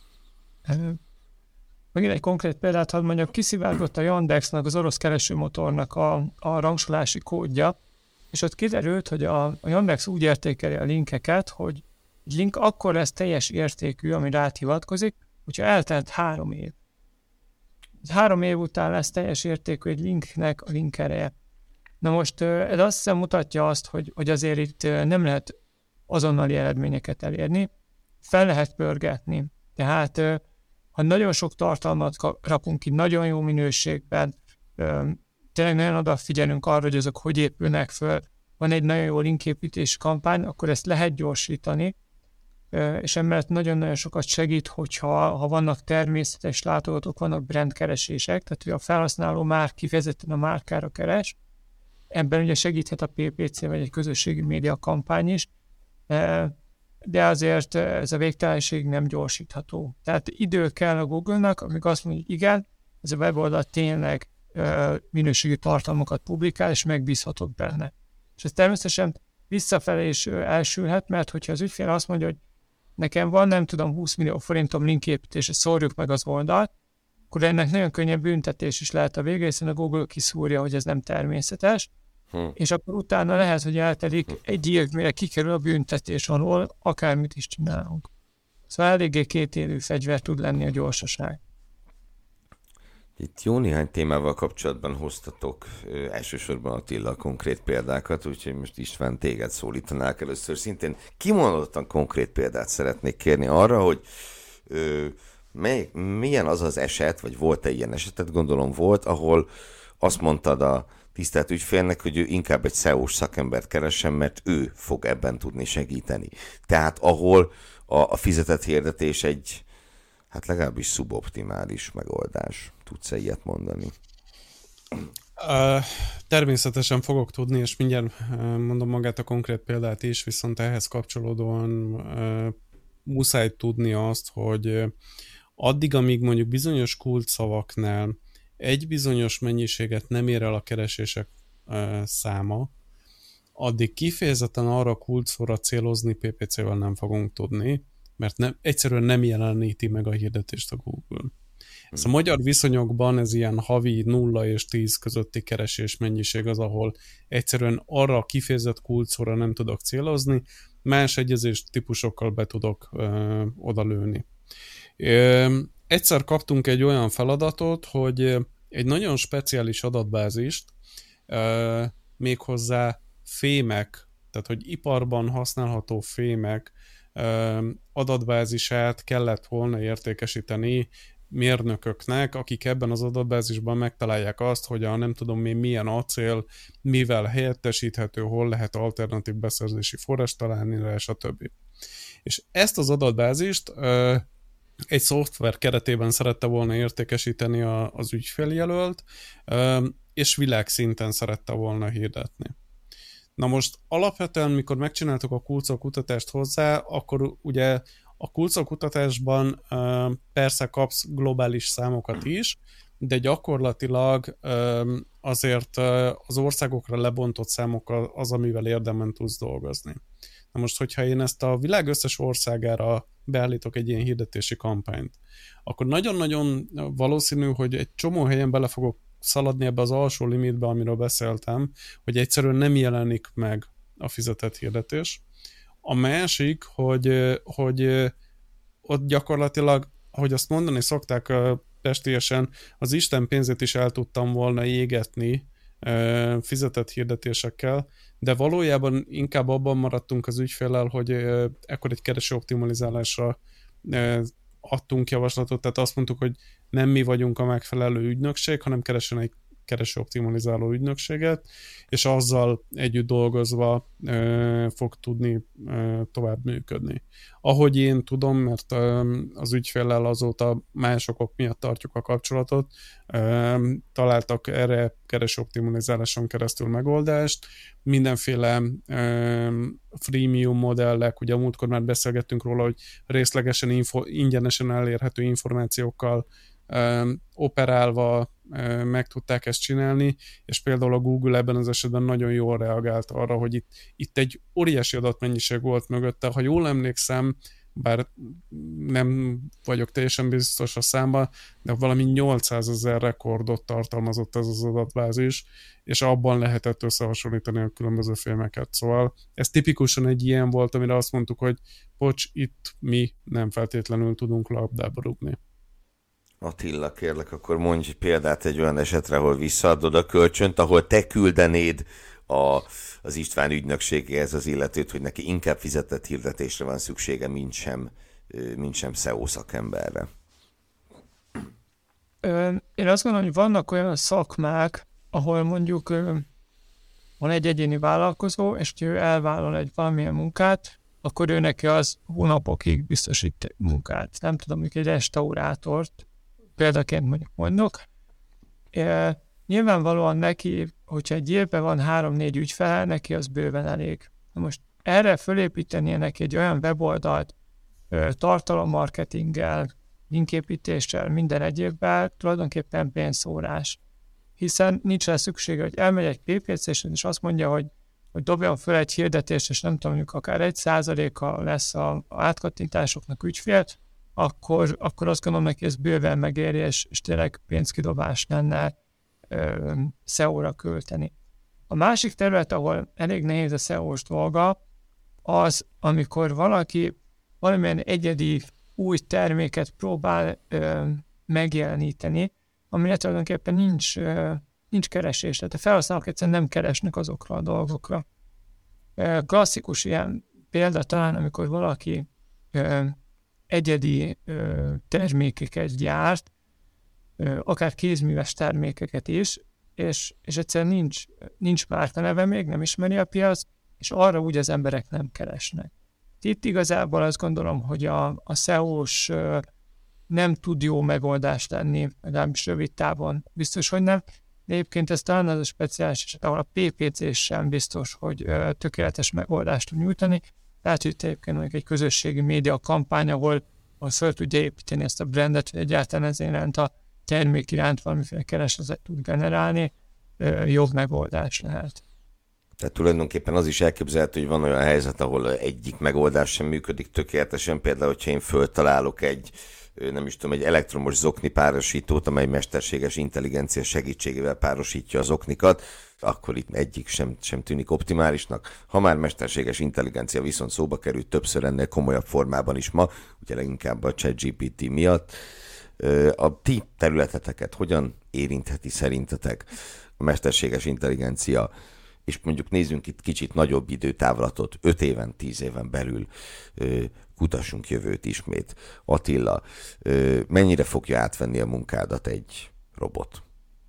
Megint egy konkrét példát hadd mondjak, kiszivárgott a Yandexnek, az orosz keresőmotornak a rangsolási kódja, és ott kiderült, hogy a Yandex úgy értékeli a linkeket, hogy egy link akkor lesz teljes értékű, ami rád hivatkozik, hogyha eltelt 3 év. 3 év után lesz teljes értékű egy linknek a link ereje. Na most ez azt hiszem mutatja azt, hogy azért itt nem lehet azonnali eredményeket elérni, fel lehet pörgetni. Tehát ha nagyon sok tartalmat rakunk ki, nagyon jó minőségben, tényleg nagyon odafigyelünk arra, hogy azok hogy épülnek föl, van egy nagyon jó linképítési kampány, akkor ezt lehet gyorsítani, és emellett nagyon-nagyon sokat segít, hogyha vannak természetes látogatók, vannak brandkeresések, tehát hogy a felhasználó már kifejezetten a márkára keres, ebben ugye segíthet a PPC vagy egy közösségi média kampány is, de azért ez a végtelenség nem gyorsítható. Tehát idő kell a Google-nak, amíg azt mondja, hogy igen, ez a weboldal tényleg minőségi tartalmakat publikál, és megbízhatok benne. És ez természetesen visszafelé is elsülhet, mert hogyha az ügyfél azt mondja, hogy nekem van, nem tudom, 20 millió forintom linképítésre, szórjuk meg az oldalt, akkor ennek nagyon könnyen büntetés is lehet a vége, hiszen a Google kiszúrja, hogy ez nem természetes, és akkor utána lehet, hogy eltelik egy év, mire kikerül a büntetés alól, akármit is csinálunk. Szóval eléggé kétélű fegyver tud lenni a gyorsaság. Itt jó néhány témával kapcsolatban hoztatok elsősorban Attila konkrét példákat, úgyhogy most István téged szólítanák először. Szintén kimondottan konkrét példát szeretnék kérni arra, hogy milyen az az eset, vagy volt-e ilyen esetet, gondolom volt, ahol azt mondtad a tisztelt ügyfélnek, hogy ő inkább egy SEO-s szakembert keressen, mert ő fog ebben tudni segíteni. Tehát ahol a fizetett hirdetés egy, hát legalábbis szuboptimális megoldás. Tudsz-e ilyet mondani? Természetesen fogok tudni, és mindjárt mondom magát a konkrét példát is, viszont ehhez kapcsolódóan muszáj tudni azt, hogy addig, amíg mondjuk bizonyos kulcsszavaknál egy bizonyos mennyiséget nem ér el a keresések száma, addig kifejezetten arra a kulcsszóra célozni PPC-vel nem fogunk tudni, mert egyszerűen nem jeleníti meg a hirdetést a Google. Ez a magyar viszonyokban ez ilyen havi 0 és 10 közötti keresés mennyiség az, ahol egyszerűen arra a kifejezett kulcsszóra nem tudok célozni, más egyezés típusokkal be tudok odalőni. Egyszer kaptunk egy olyan feladatot, hogy egy nagyon speciális adatbázist, méghozzá fémek, tehát hogy iparban használható fémek adatbázisát kellett volna értékesíteni mérnököknek, akik ebben az adatbázisban megtalálják azt, hogy a nem tudom én milyen acél, mivel helyettesíthető, hol lehet alternatív beszerzési forrás találni rá, stb. És ezt az adatbázist egy szoftver keretében szerette volna értékesíteni az ügyféljelölt, és világszinten szerette volna hirdetni. Na most alapvetően, mikor megcsináltuk a kulcol kutatást hozzá, akkor ugye a kulcol kutatásban persze kapsz globális számokat is, de gyakorlatilag azért az országokra lebontott számok az, amivel érdemben tudsz dolgozni. Na most, hogyha én ezt a világ összes országára beállítok egy ilyen hirdetési kampányt, akkor nagyon-nagyon valószínű, hogy egy csomó helyen bele fogok szaladni ebbe az alsó limitbe, amiről beszéltem, hogy egyszerűen nem jelenik meg a fizetett hirdetés. A másik, hogy ott gyakorlatilag, ahogy azt mondani szokták pestélyesen, az Isten pénzét is el tudtam volna égetni fizetett hirdetésekkel, de valójában inkább abban maradtunk az ügyféllel, hogy ekkor egy kereső optimalizálásra adtunk javaslatot, tehát azt mondtuk, hogy nem mi vagyunk a megfelelő ügynökség, hanem keresen egy kereső optimalizáló ügynökséget, és azzal együtt dolgozva fog tudni tovább működni. Ahogy én tudom, mert az ügyféllel azóta más okok miatt tartjuk a kapcsolatot, találtak erre kereső optimalizáláson keresztül megoldást, mindenféle freemium modellek, ugye a múltkor már beszélgettünk róla, hogy részlegesen ingyenesen elérhető információkkal operálva meg tudták ezt csinálni, és például a Google ebben az esetben nagyon jól reagált arra, hogy itt egy óriási adatmennyiség volt mögötte. Ha jól emlékszem, bár nem vagyok teljesen biztos a számban, de valami 800 000 rekordot tartalmazott ez az adatbázis, és abban lehetett összehasonlítani a különböző filmeket. Szóval ez tipikusan egy ilyen volt, amire azt mondtuk, hogy bocs, itt mi nem feltétlenül tudunk labdába rúgni. Attila, kérlek, akkor mondj példát egy olyan esetre, ahol visszaadod a kölcsönt, ahol te küldenéd az István ügynökségéhez az illetőt, hogy neki inkább fizetett hirdetésre van szüksége, mint sem SEO szakemberre. Én azt gondolom, hogy vannak olyan szakmák, ahol mondjuk van egy egyéni vállalkozó, és ő elvállal egy valamilyen munkát, akkor ő neki az hónapokig biztosít munkát. Nem tudom, hogy egy restaurátort példaként mondok. Nyilvánvalóan neki, hogyha egy évben van 3-4 ügyfele, neki az bőven elég. Na most erre fölépítenie neki egy olyan weboldalt, tartalommarketinggel, linképítéssel, minden egyébben tulajdonképpen pénzszórás. Hiszen nincs rá szüksége, hogy elmegy egy PPC-sen, és azt mondja, hogy dobjon föl egy hirdetést, és nem tudom, mondjuk akár 1%-a lesz az átkattintásoknak ügyfél, akkor azt gondolom neki, ez bőven megéri, és tényleg pénzkidobás lenne SEO-ra költeni. A másik terület, ahol elég nehéz a SEO-s dolga, az, amikor valaki valamilyen egyedi új terméket próbál megjeleníteni, amire tulajdonképpen nincs keresés, tehát a felhasználók egyszerűen nem keresnek azokra a dolgokra. Klasszikus ilyen példa talán, amikor valaki egyedi termékeket gyárt, akár kézműves termékeket is, és egyszerűen nincs márkaneve még, nem ismeri a piac, és arra úgy az emberek nem keresnek. Itt igazából azt gondolom, hogy a SEO-s nem tud jó megoldást lenni, legalábbis rövid távon biztos, hogy nem. De egyébként ez talán az a speciális eset, ahol a PPC sem biztos, hogy tökéletes megoldást tud nyújtani. Lehet, hogy egyébként mondjuk egy közösségi média kampány, ahol fel tudja építeni ezt a brandet, hogy egyáltalán ez iránt a termék iránt valamiféle keresletet tud generálni, jobb megoldás lehet. Tehát tulajdonképpen az is elképzelhető, hogy van olyan helyzet, ahol egyik megoldás sem működik tökéletesen, például, hogyha én föltalálok egy elektromos zokni párosítót, amely mesterséges intelligencia segítségével párosítja az oknikat, akkor itt egyik sem tűnik optimálisnak. Ha már mesterséges intelligencia viszont szóba került többször ennél komolyabb formában is ma, ugye leginkább a ChatGPT miatt, a ti területeteket hogyan érintheti szerintetek a mesterséges intelligencia, és mondjuk nézzünk itt kicsit nagyobb időtávlatot, 5 éven, 10 éven belül kutassunk jövőt ismét. Attila, mennyire fogja átvenni a munkádat egy robot?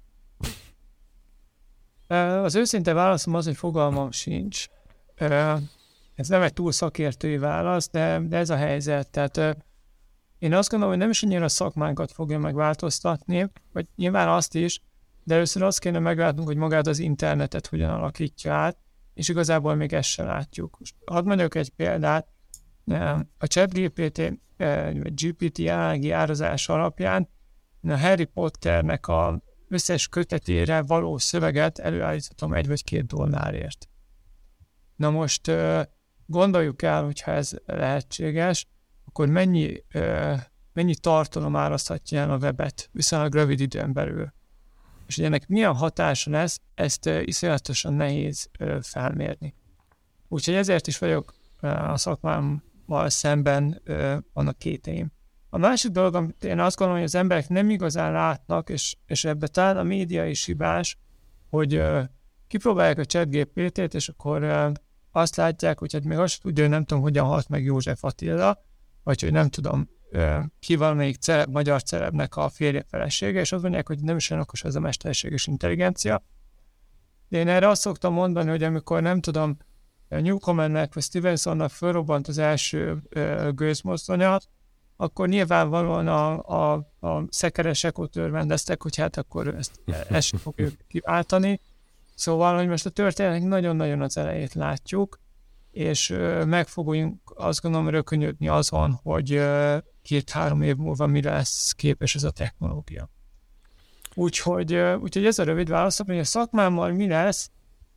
Az őszinte válaszom az, hogy fogalmam sincs. Ez nem egy túl szakértői válasz, de ez a helyzet. Tehát én azt gondolom, hogy nem is annyira a szakmánkat fogja megváltoztatni, vagy nyilván azt is, de először azt kéne meglátnunk, hogy magát az internetet hogyan alakítja át. és igazából még ezt sem látjuk. Hadd mondjak egy példát, a ChatGPT vagy GPT jelenlegi árazás alapján a Harry Potternek a összes kötetére való szöveget előállíthatom $1 vagy $2. Na most gondoljuk el, hogyha ez lehetséges, akkor mennyi tartalom áraszthatja el a webet viszonylag rövid időn belül. És hogy ennek milyen hatása lesz, ezt iszonyatosan nehéz felmérni. Úgyhogy ezért is vagyok a szakmámmal szemben vannak kételjeim. A másik dolog, amit én azt gondolom, hogy az emberek nem igazán látnak, és ebbe talán a média is hibás, hogy kipróbálják a ChatGPT-t, és akkor azt látják, hogy hát még azt tudja, hogy nem tudom, hogyan halt meg József Attila, vagy hogy nem tudom, ki valamelyik magyar celebnek a férje felesége, és azt mondják, hogy nem is olyan okos ez a mesterséges intelligencia. De én erre azt szoktam mondani, hogy amikor nem tudom, Newcomennek vagy Stevensonnak fölrobbant az első gőzmozdonya, akkor nyilvánvalóan a szekeresek ott örvendeztek, hogy hát akkor ezt sem fogjuk kiváltani. Szóval, hogy most a történetnek nagyon-nagyon az elejét látjuk, és meg fogunk azt gondolom rökönyödni azon, hogy 2-3 év múlva mire lesz képes ez a technológia. Úgyhogy ez a rövid válaszom, hogy a szakmámmal mi lesz.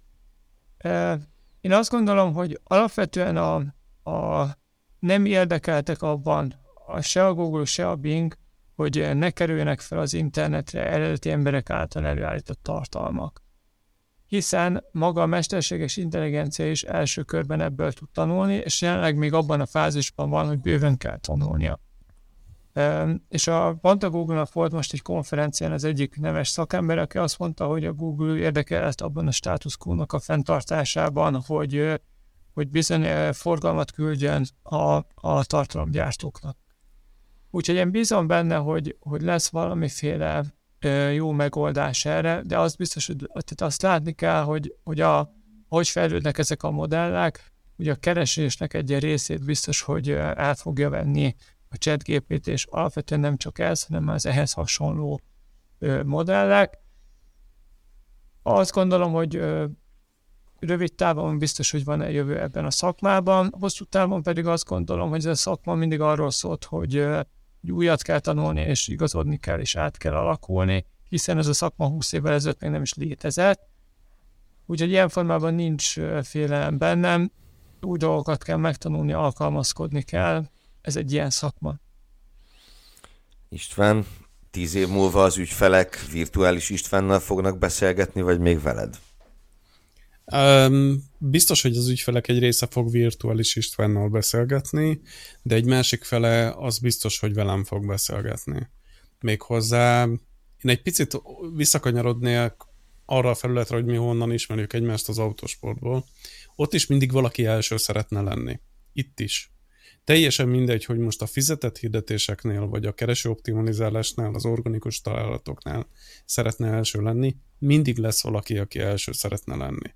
Én azt gondolom, hogy alapvetően a nem érdekeltek abban, se a Google, se a Bing, hogy ne kerüljenek fel az internetre eredeti emberek által előállított tartalmak. Hiszen maga a mesterséges intelligencia is első körben ebből tud tanulni, és jelenleg még abban a fázisban van, hogy bőven kell tanulnia. És pont a Google-nak volt most egy konferencián az egyik neves szakember, aki azt mondta, hogy a Google érdekelt abban a status quo-nak a fenntartásában, hogy bizony forgalmat küldjön a tartalomgyártóknak. Úgyhogy én bízom benne, hogy lesz valamiféle jó megoldás erre, de az biztos, hogy azt látni kell, hogy fejlődnek ezek a modellek, ugye a keresésnek egy részét biztos, hogy el fogja venni a ChatGPT, és alapvetően nem csak ez, hanem az ehhez hasonló modellek. Azt gondolom, hogy rövid távon biztos, hogy van egy jövő ebben a szakmában, hosszú távon pedig azt gondolom, hogy ez a szakma mindig arról szólt, hogy újat kell tanulni, és igazodni kell, és át kell alakulni, hiszen ez a szakma 20 évvel ezelőtt még nem is létezett. Úgyhogy ilyen formában nincs félelem bennem, új dolgokat kell megtanulni, alkalmazkodni kell, ez egy ilyen szakma. István, 10 év múlva az ügyfelek virtuális Istvánnal fognak beszélgetni, vagy még veled? Biztos, hogy az ügyfelek egy része fog virtuális Istvánnal beszélgetni, de egy másik fele az biztos, hogy velem fog beszélgetni. Méghozzá én egy picit visszakanyarodnék arra a felületre, hogy mi honnan ismerjük egymást az autósportból. Ott is mindig valaki első szeretne lenni. Itt is. Teljesen mindegy, hogy most a fizetett hirdetéseknél, vagy a keresőoptimalizálásnál, az organikus találatoknál szeretne első lenni, mindig lesz valaki, aki első szeretne lenni.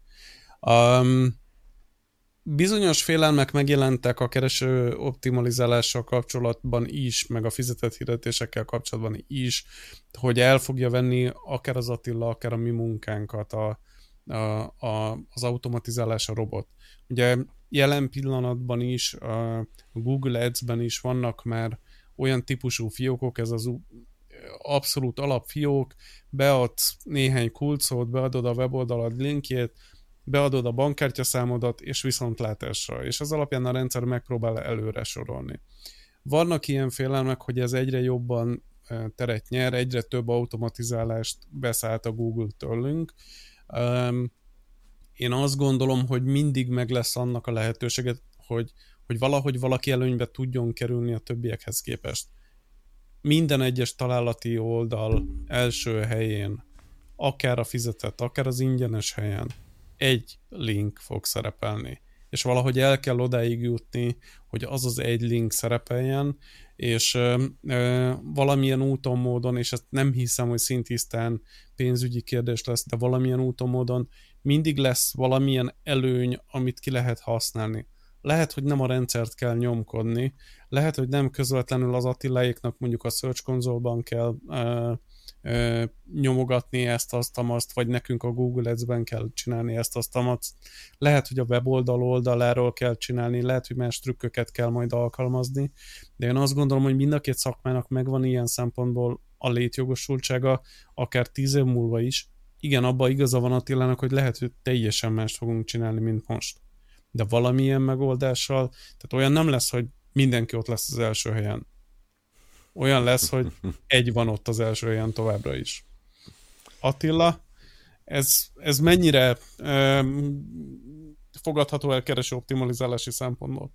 Bizonyos félelmek megjelentek a kereső optimalizálással kapcsolatban is, meg a fizetett hirdetésekkel kapcsolatban is, hogy el fogja venni akár az Attila, akár a mi munkánkat az automatizálás, a robot. Ugye jelen pillanatban is, a Google Ads-ben is vannak már olyan típusú fiókok, ez az abszolút alapfiók, beadsz néhány kulcot, beadod a weboldalad linkjét, beadod a bankkártyaszámodat, és viszontlátásra, és az alapján a rendszer megpróbál előre sorolni. Vannak ilyen félelmek, hogy ez egyre jobban teret nyer, egyre több automatizálást beszállt a Google tőlünk. Én azt gondolom, hogy mindig meg lesz annak a lehetőséget, hogy valahogy valaki előnybe tudjon kerülni a többiekhez képest. Minden egyes találati oldal első helyén, akár a fizetett, akár az ingyenes helyen egy link fog szerepelni. És valahogy el kell odáig jutni, hogy az az egy link szerepeljen, és valamilyen úton, módon, és ezt nem hiszem, hogy szintisztán pénzügyi kérdés lesz, de valamilyen úton, módon mindig lesz valamilyen előny, amit ki lehet használni. Lehet, hogy nem a rendszert kell nyomkodni, lehet, hogy nem közvetlenül az Attiláéknak mondjuk a Search Console-ban kell nyomogatni ezt-azt, vagy nekünk a Google Ads-ben kell csinálni ezt-azt. Lehet, hogy a weboldal oldaláról kell csinálni, lehet, hogy más trükköket kell majd alkalmazni, de én azt gondolom, hogy mind a két szakmának megvan ilyen szempontból a létjogosultsága, akár 10 év múlva is. Igen, abban igaza van Attilának, hogy lehet, hogy teljesen mást fogunk csinálni, mint most. De valamilyen megoldással, tehát olyan nem lesz, hogy mindenki ott lesz az első helyen. Olyan lesz, hogy egy van ott az első helyen továbbra is. Attila, ez mennyire fogadható el kereső optimalizálási szempontból?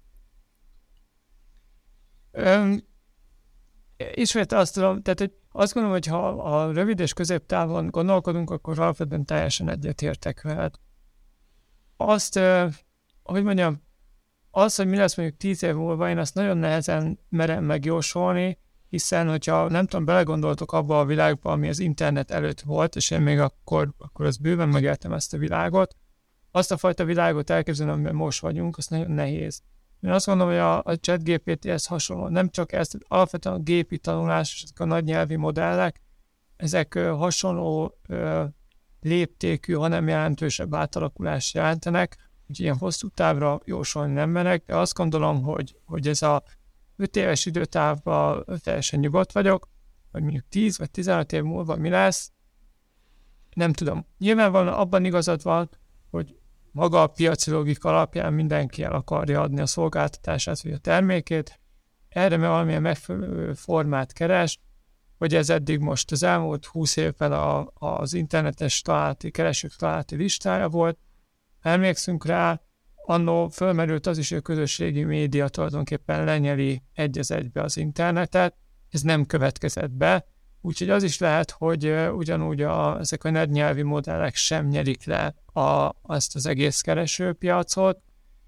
Ismét azt tudom, tehát hogy azt gondolom, hogy ha a rövid és középtávon gondolkodunk, akkor alapvetően teljesen egyetértek veled. Azt, hogy mondjam, az, hogy mi lesz mondjuk 10 év múlva, én azt nagyon nehezen merem megjósolni, hiszen, hogyha nem tudom, belegondoltok abba a világba, ami az internet előtt volt, és én még akkor azt bőven megéltem ezt a világot, azt a fajta világot elképzelni, amiben most vagyunk, az nagyon nehéz. Én azt gondolom, hogy a ChatGPT-hez hasonló, nem csak ez, alapvetően a gépi tanulás és ezek a nagy nyelvi modellek, ezek hasonló léptékű, hanem jelentősebb átalakulást jelentenek, úgyhogy ilyen hosszú távra jósolni nem merek, de azt gondolom, hogy ez a 5 éves időtávban teljesen nyugodt vagyok, vagy mondjuk 10 vagy 15 év múlva mi lesz, nem tudom. Nyilvánvalóan abban igazad van, hogy maga a piaci logika alapján mindenki el akarja adni a szolgáltatását vagy a termékét, erre valamilyen megfelelő formát keres, hogy ez eddig most az elmúlt 20 évben az internetes keresők találati listája volt. Ha emlékszünk rá, annó fölmerült az is, hogy a közösségi média tulajdonképpen lenyeli egy az egybe az internetet, ez nem következett be, úgyhogy az is lehet, hogy ugyanúgy ezek a nagy nyelvi modellek sem nyerik le ezt az egész keresőpiacot,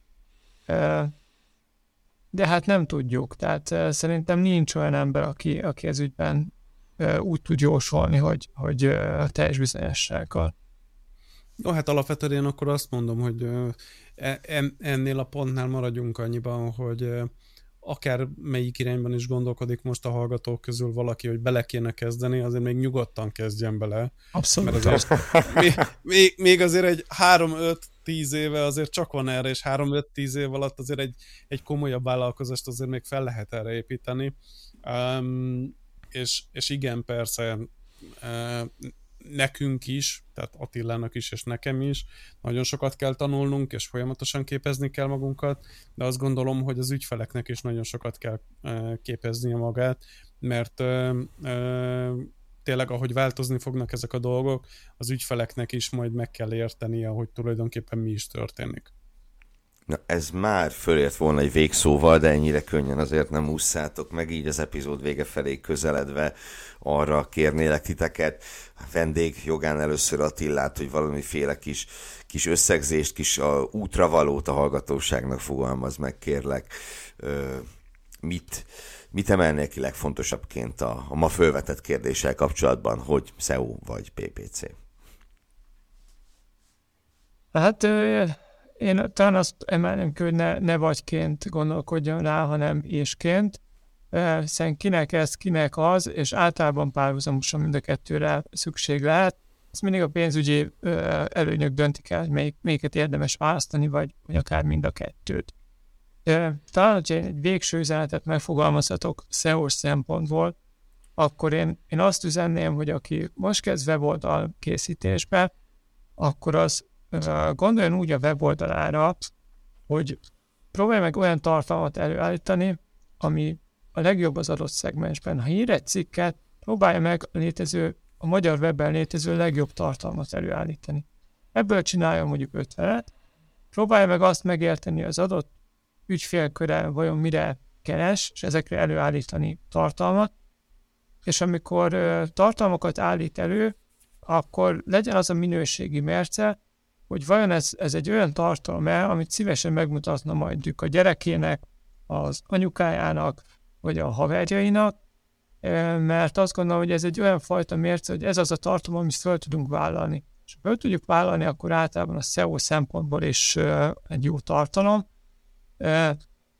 de hát nem tudjuk, tehát szerintem nincs olyan ember, aki ez ügyben úgy tud jósolni, hogy teljes bizonyossággal. No, hát alapvetően én akkor azt mondom, hogy ennél a pontnál maradjunk annyiban, hogy akár melyik irányban is gondolkodik most a hallgatók közül valaki, hogy bele kéne kezdeni, azért még nyugodtan kezdjen bele. Abszolút. Mert azért, még azért egy 3-5-10 éve azért csak van erre, és 3-5-10 év alatt azért egy komolyabb vállalkozást azért még fel lehet erre építeni. És igen, persze nekünk is, tehát Attilának is, és nekem is nagyon sokat kell tanulnunk, és folyamatosan képezni kell magunkat, de azt gondolom, hogy az ügyfeleknek is nagyon sokat kell képeznie magát, mert tényleg, ahogy változni fognak ezek a dolgok, az ügyfeleknek is majd meg kell értenie, hogy tulajdonképpen mi is történik. Na, ez már fölért volna egy végszóval, de ennyire könnyen azért nem ússzátok meg, így az epizód vége felé közeledve arra kérnélek titeket, a vendég jogán először Attilát, hogy valamiféle kis összegzést, kis útravalót a hallgatóságnak fogalmaz meg, kérlek. Mit emelnél ki legfontosabbként a ma fölvetett kérdéssel kapcsolatban, hogy SEO vagy PPC? Hát én talán azt emelném ki, hogy ne vagyként gondolkodjon rá, hanem ésként, hiszen kinek ez, kinek az, és általában párhuzamosan mind a kettőre szükség lehet. Ezt mindig a pénzügyi előnyök döntik el, hogy melyiket érdemes választani, vagy akár mind a kettőt. Talán, hogyha egy végső üzenetet megfogalmazhatok SEO-s szempontból, akkor én azt üzenném, hogy aki most kezd weboldal készítésbe, akkor az gondoljon úgy a weboldalára, hogy próbálj meg olyan tartalmat előállítani, ami a legjobb az adott szegmensben. Ha ír egy cikket, próbálja meg a magyar webben létező legjobb tartalmat előállítani. Ebből csináljon mondjuk 50-et, próbálja meg azt megérteni az adott ügyfélköre, vajon mire keres, és ezekre előállítani tartalmat, és amikor tartalmakat állít elő, akkor legyen az a minőségi mérce, hogy vajon ez egy olyan tartalom-e, amit szívesen megmutatna majd a gyerekének, az anyukájának, vagy a haverjainak, mert azt gondolom, hogy ez egy olyan fajta mérce, hogy ez az a tartalom, amit föl tudunk vállalni. És ha föl tudjuk vállalni, akkor általában a SEO szempontból is egy jó tartalom.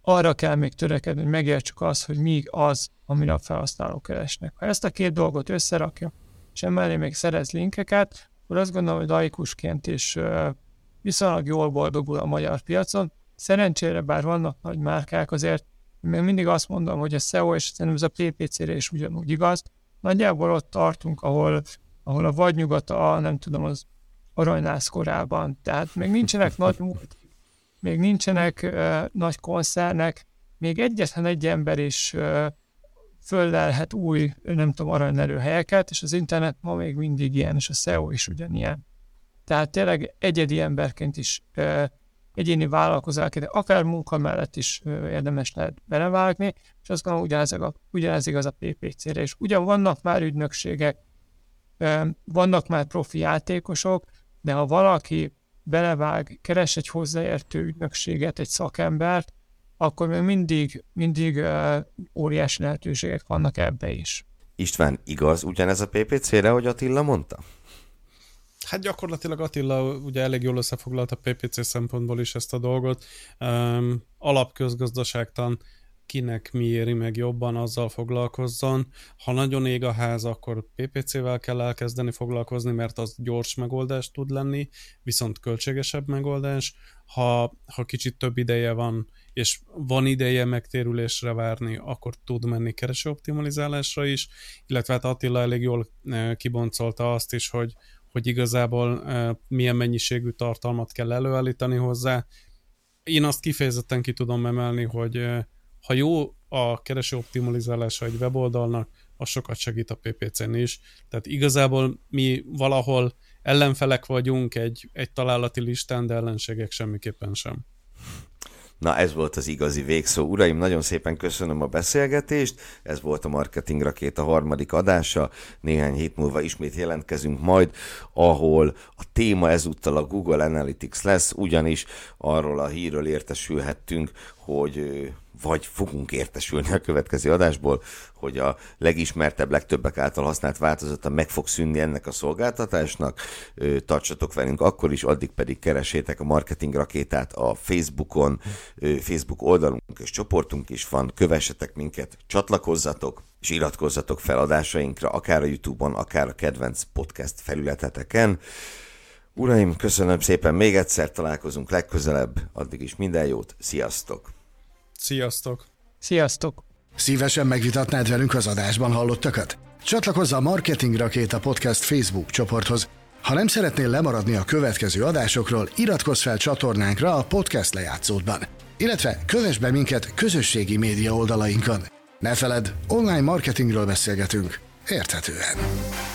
arra kell még törekedni, hogy megértsük azt, hogy mi az, amire a felhasználók keresnek. Ha ezt a két dolgot összerakja, és emellé még szerez linkeket, akkor azt gondolom, hogy laikusként is viszonylag jól boldogul a magyar piacon. Szerencsére, bár vannak nagy márkák, azért még mindig azt mondom, hogy a SEO, és szerintem ez a PPC-re is ugyanúgy igaz, nagyjából ott tartunk, ahol a vadnyugat nem tudom, az aranylász korában. Tehát még nincsenek nagy múlt, még nincsenek nagy koncernek, még egyetlen egy ember is föllelhet új, nem tudom, aranylerő helyeket, és az internet ma még mindig ilyen, és a SEO is ugyanilyen. Tehát tényleg egyedi emberként is, egyéni vállalkozásként, akár munka mellett is érdemes lehet belevágni, és azt gondolom, ugyanez igaz a PPC-re is. Ugyan vannak már ügynökségek, vannak már profi játékosok, de ha valaki belevág, keres egy hozzáértő ügynökséget, egy szakembert, akkor még mindig óriási lehetőségek vannak ebbe is. István, igaz ugyanez a PPC-re, hogy Attila mondta? Hát gyakorlatilag Attila ugye elég jól összefoglalt a PPC szempontból is ezt a dolgot. Alapközgazdaságtan kinek mi éri meg jobban, azzal foglalkozzon. Ha nagyon ég a ház, akkor PPC-vel kell elkezdeni foglalkozni, mert az gyors megoldás tud lenni, viszont költségesebb megoldás. Ha kicsit több ideje van, és van ideje megtérülésre várni, akkor tud menni keresőoptimalizálásra is, illetve hát Attila elég jól kiboncolta azt is, hogy igazából milyen mennyiségű tartalmat kell előállítani hozzá. Én azt kifejezetten ki tudom emelni, hogy ha jó a kereső optimalizálása egy weboldalnak, az sokat segít a PPC-n is. Tehát igazából mi valahol ellenfelek vagyunk egy találati listán, de ellenségek semmiképpen sem. Na, ez volt az igazi végszó. Uraim, nagyon szépen köszönöm a beszélgetést. Ez volt a Marketing Rakéta harmadik adása. Néhány hét múlva ismét jelentkezünk majd, ahol a téma ezúttal a Google Analytics lesz, ugyanis arról a hírről értesülhettünk, hogy vagy fogunk értesülni a következő adásból, hogy a legismertebb, legtöbbek által használt változata meg fog szűnni ennek a szolgáltatásnak. Tartsatok velünk akkor is, addig pedig keresétek a Marketing Rakétát a Facebookon, Facebook oldalunk és csoportunk is van, kövessetek minket, csatlakozzatok, és iratkozzatok fel adásainkra, akár a YouTube-on, akár a kedvenc podcast felületeteken. Uraim, köszönöm szépen, még egyszer találkozunk legközelebb, addig is minden jót, sziasztok! Sziasztok! Sziasztok! Szívesen megvitatnád velünk az adásban hallottakat? Csatlakozz a Marketing Rakéta Podcast Facebook csoporthoz. Ha nem szeretnél lemaradni a következő adásokról, iratkozz fel csatornánkra a podcast lejátszódban. Illetve kövess be minket közösségi média oldalainkon. Ne feledd, online marketingről beszélgetünk érthetően.